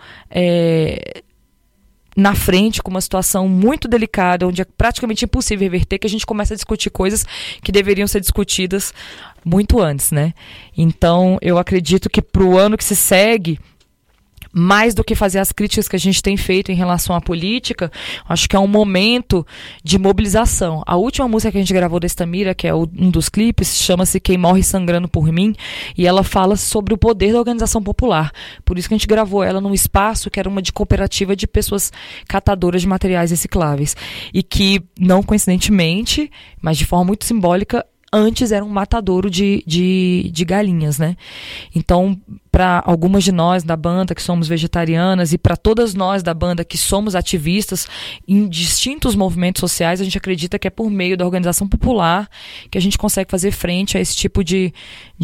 na frente, com uma situação muito delicada, onde é praticamente impossível reverter, que a gente começa a discutir coisas que deveriam ser discutidas muito antes, né? Então, eu acredito que para o ano que se segue, mais do que fazer as críticas que a gente tem feito em relação à política, acho que é um momento de mobilização. A última música que a gente gravou da Estamira, que é um dos clipes, chama-se Quem Morre Sangrando por Mim, e ela fala sobre o poder da organização popular. Por isso que a gente gravou ela num espaço que era uma de cooperativa de pessoas catadoras de materiais recicláveis. E que, não coincidentemente, mas de forma muito simbólica, antes era um matadouro de galinhas, né? Então, para algumas de nós da banda que somos vegetarianas e para todas nós da banda que somos ativistas em distintos movimentos sociais, a gente acredita que é por meio da organização popular que a gente consegue fazer frente a esse tipo de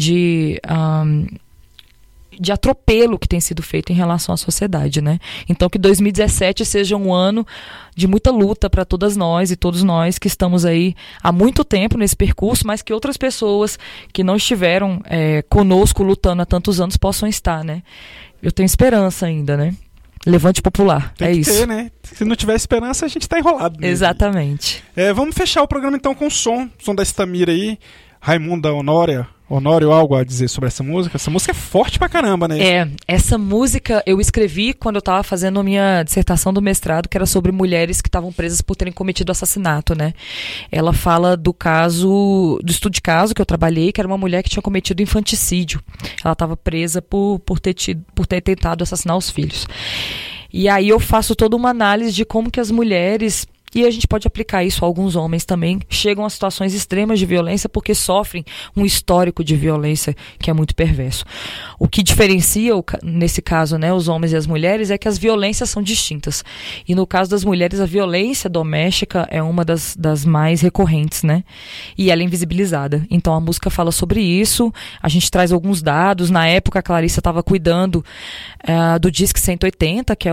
atropelo que tem sido feito em relação à sociedade, né? Então que 2017 seja um ano de muita luta para todas nós e todos nós que estamos aí há muito tempo nesse percurso, mas que outras pessoas que não estiveram conosco lutando há tantos anos possam estar, né? Eu tenho esperança ainda, né? Levante popular, Tem é que isso. ter, né? Se não tiver esperança, a gente tá enrolado. Né? Exatamente. Vamos fechar o programa então com o som da Estamira aí. Raimunda Honório, algo a dizer sobre essa música? Essa música é forte pra caramba, né? Essa música eu escrevi quando eu estava fazendo a minha dissertação do mestrado, que era sobre mulheres que estavam presas por terem cometido assassinato, né? Ela fala do estudo de caso que eu trabalhei, que era uma mulher que tinha cometido infanticídio. Ela estava presa por ter tentado assassinar os filhos. E aí eu faço toda uma análise de como que as mulheres... E a gente pode aplicar isso a alguns homens também, chegam a situações extremas de violência porque sofrem um histórico de violência que é muito perverso. O que diferencia, nesse caso, né, os homens e as mulheres é que as violências são distintas. E no caso das mulheres, a violência doméstica é uma das mais recorrentes, né? E ela é invisibilizada. Então a música fala sobre isso, a gente traz alguns dados. Na época a Clarissa estava cuidando do Disque 180, que é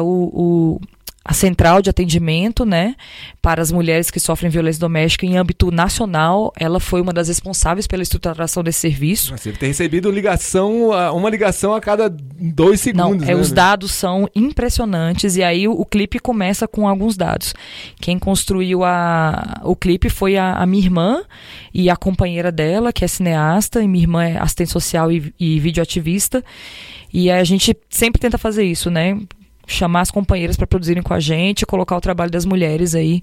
a central de atendimento, né, para as mulheres que sofrem violência doméstica em âmbito nacional. Ela foi uma das responsáveis pela estruturação desse serviço. Você tem recebido uma ligação a cada 2 segundos. Não, os dados são impressionantes e aí o clipe começa com alguns dados. Quem construiu o clipe foi a minha irmã e a companheira dela, que é cineasta, e minha irmã é assistente social e videoativista. E a gente sempre tenta fazer isso, né? Chamar as companheiras para produzirem com a gente, colocar o trabalho das mulheres aí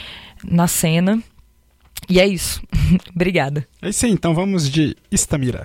na cena. E é isso. Obrigada. É isso aí, então vamos de Estamira.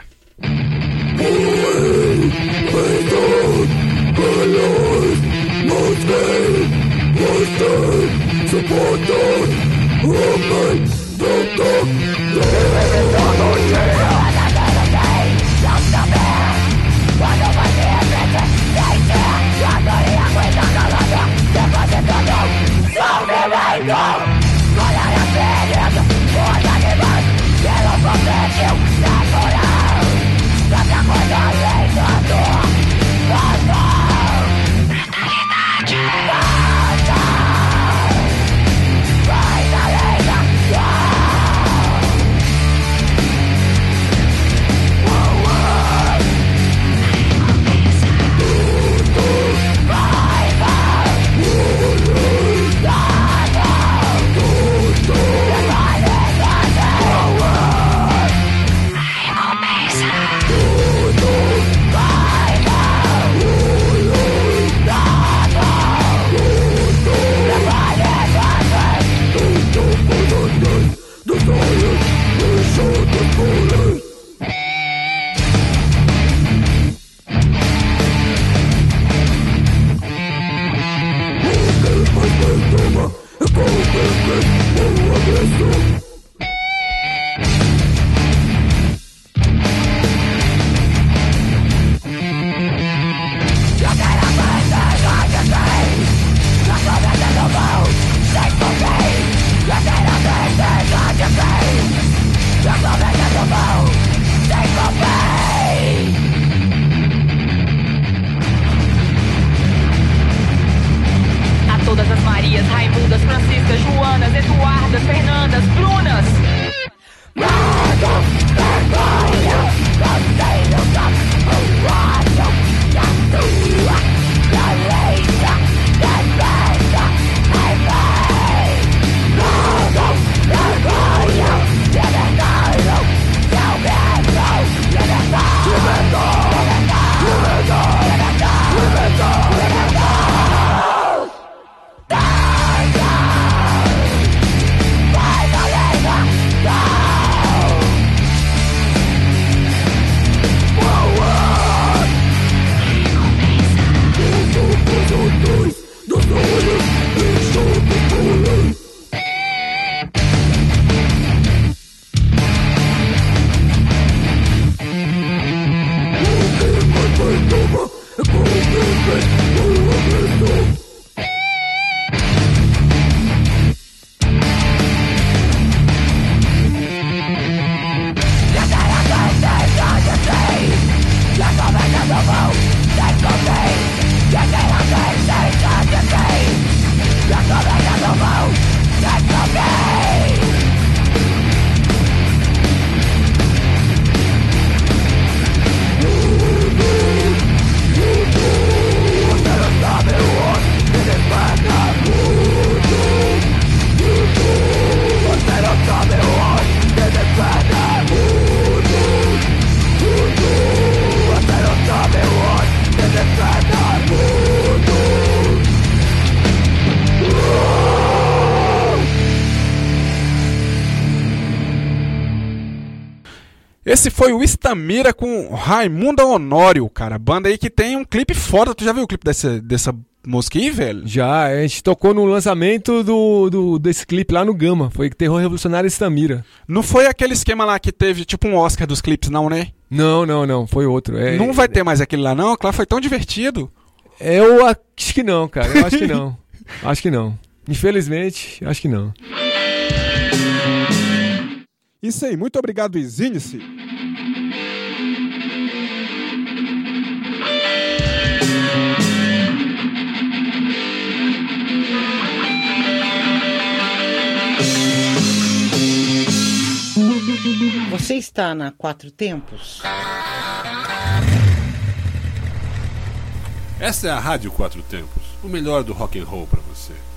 Esse foi o Estamira com Raimundo Honório, cara. Banda aí que tem um clipe foda. Tu já viu o clipe dessa música aí, velho? Já, a gente tocou no lançamento desse clipe lá no Gama. Foi Terror Revolucionário Estamira. Não foi aquele esquema lá que teve tipo um Oscar dos clipes, não, né? Não, foi outro. Não vai ter mais aquele lá, não? Aquilo lá foi tão divertido. Eu acho que não, cara. Eu acho que não. Acho que não. Infelizmente, acho que não. Isso aí, muito obrigado, Zinice. Você está na Quatro Tempos? Essa é a Rádio Quatro Tempos, o melhor do rock and roll pra você.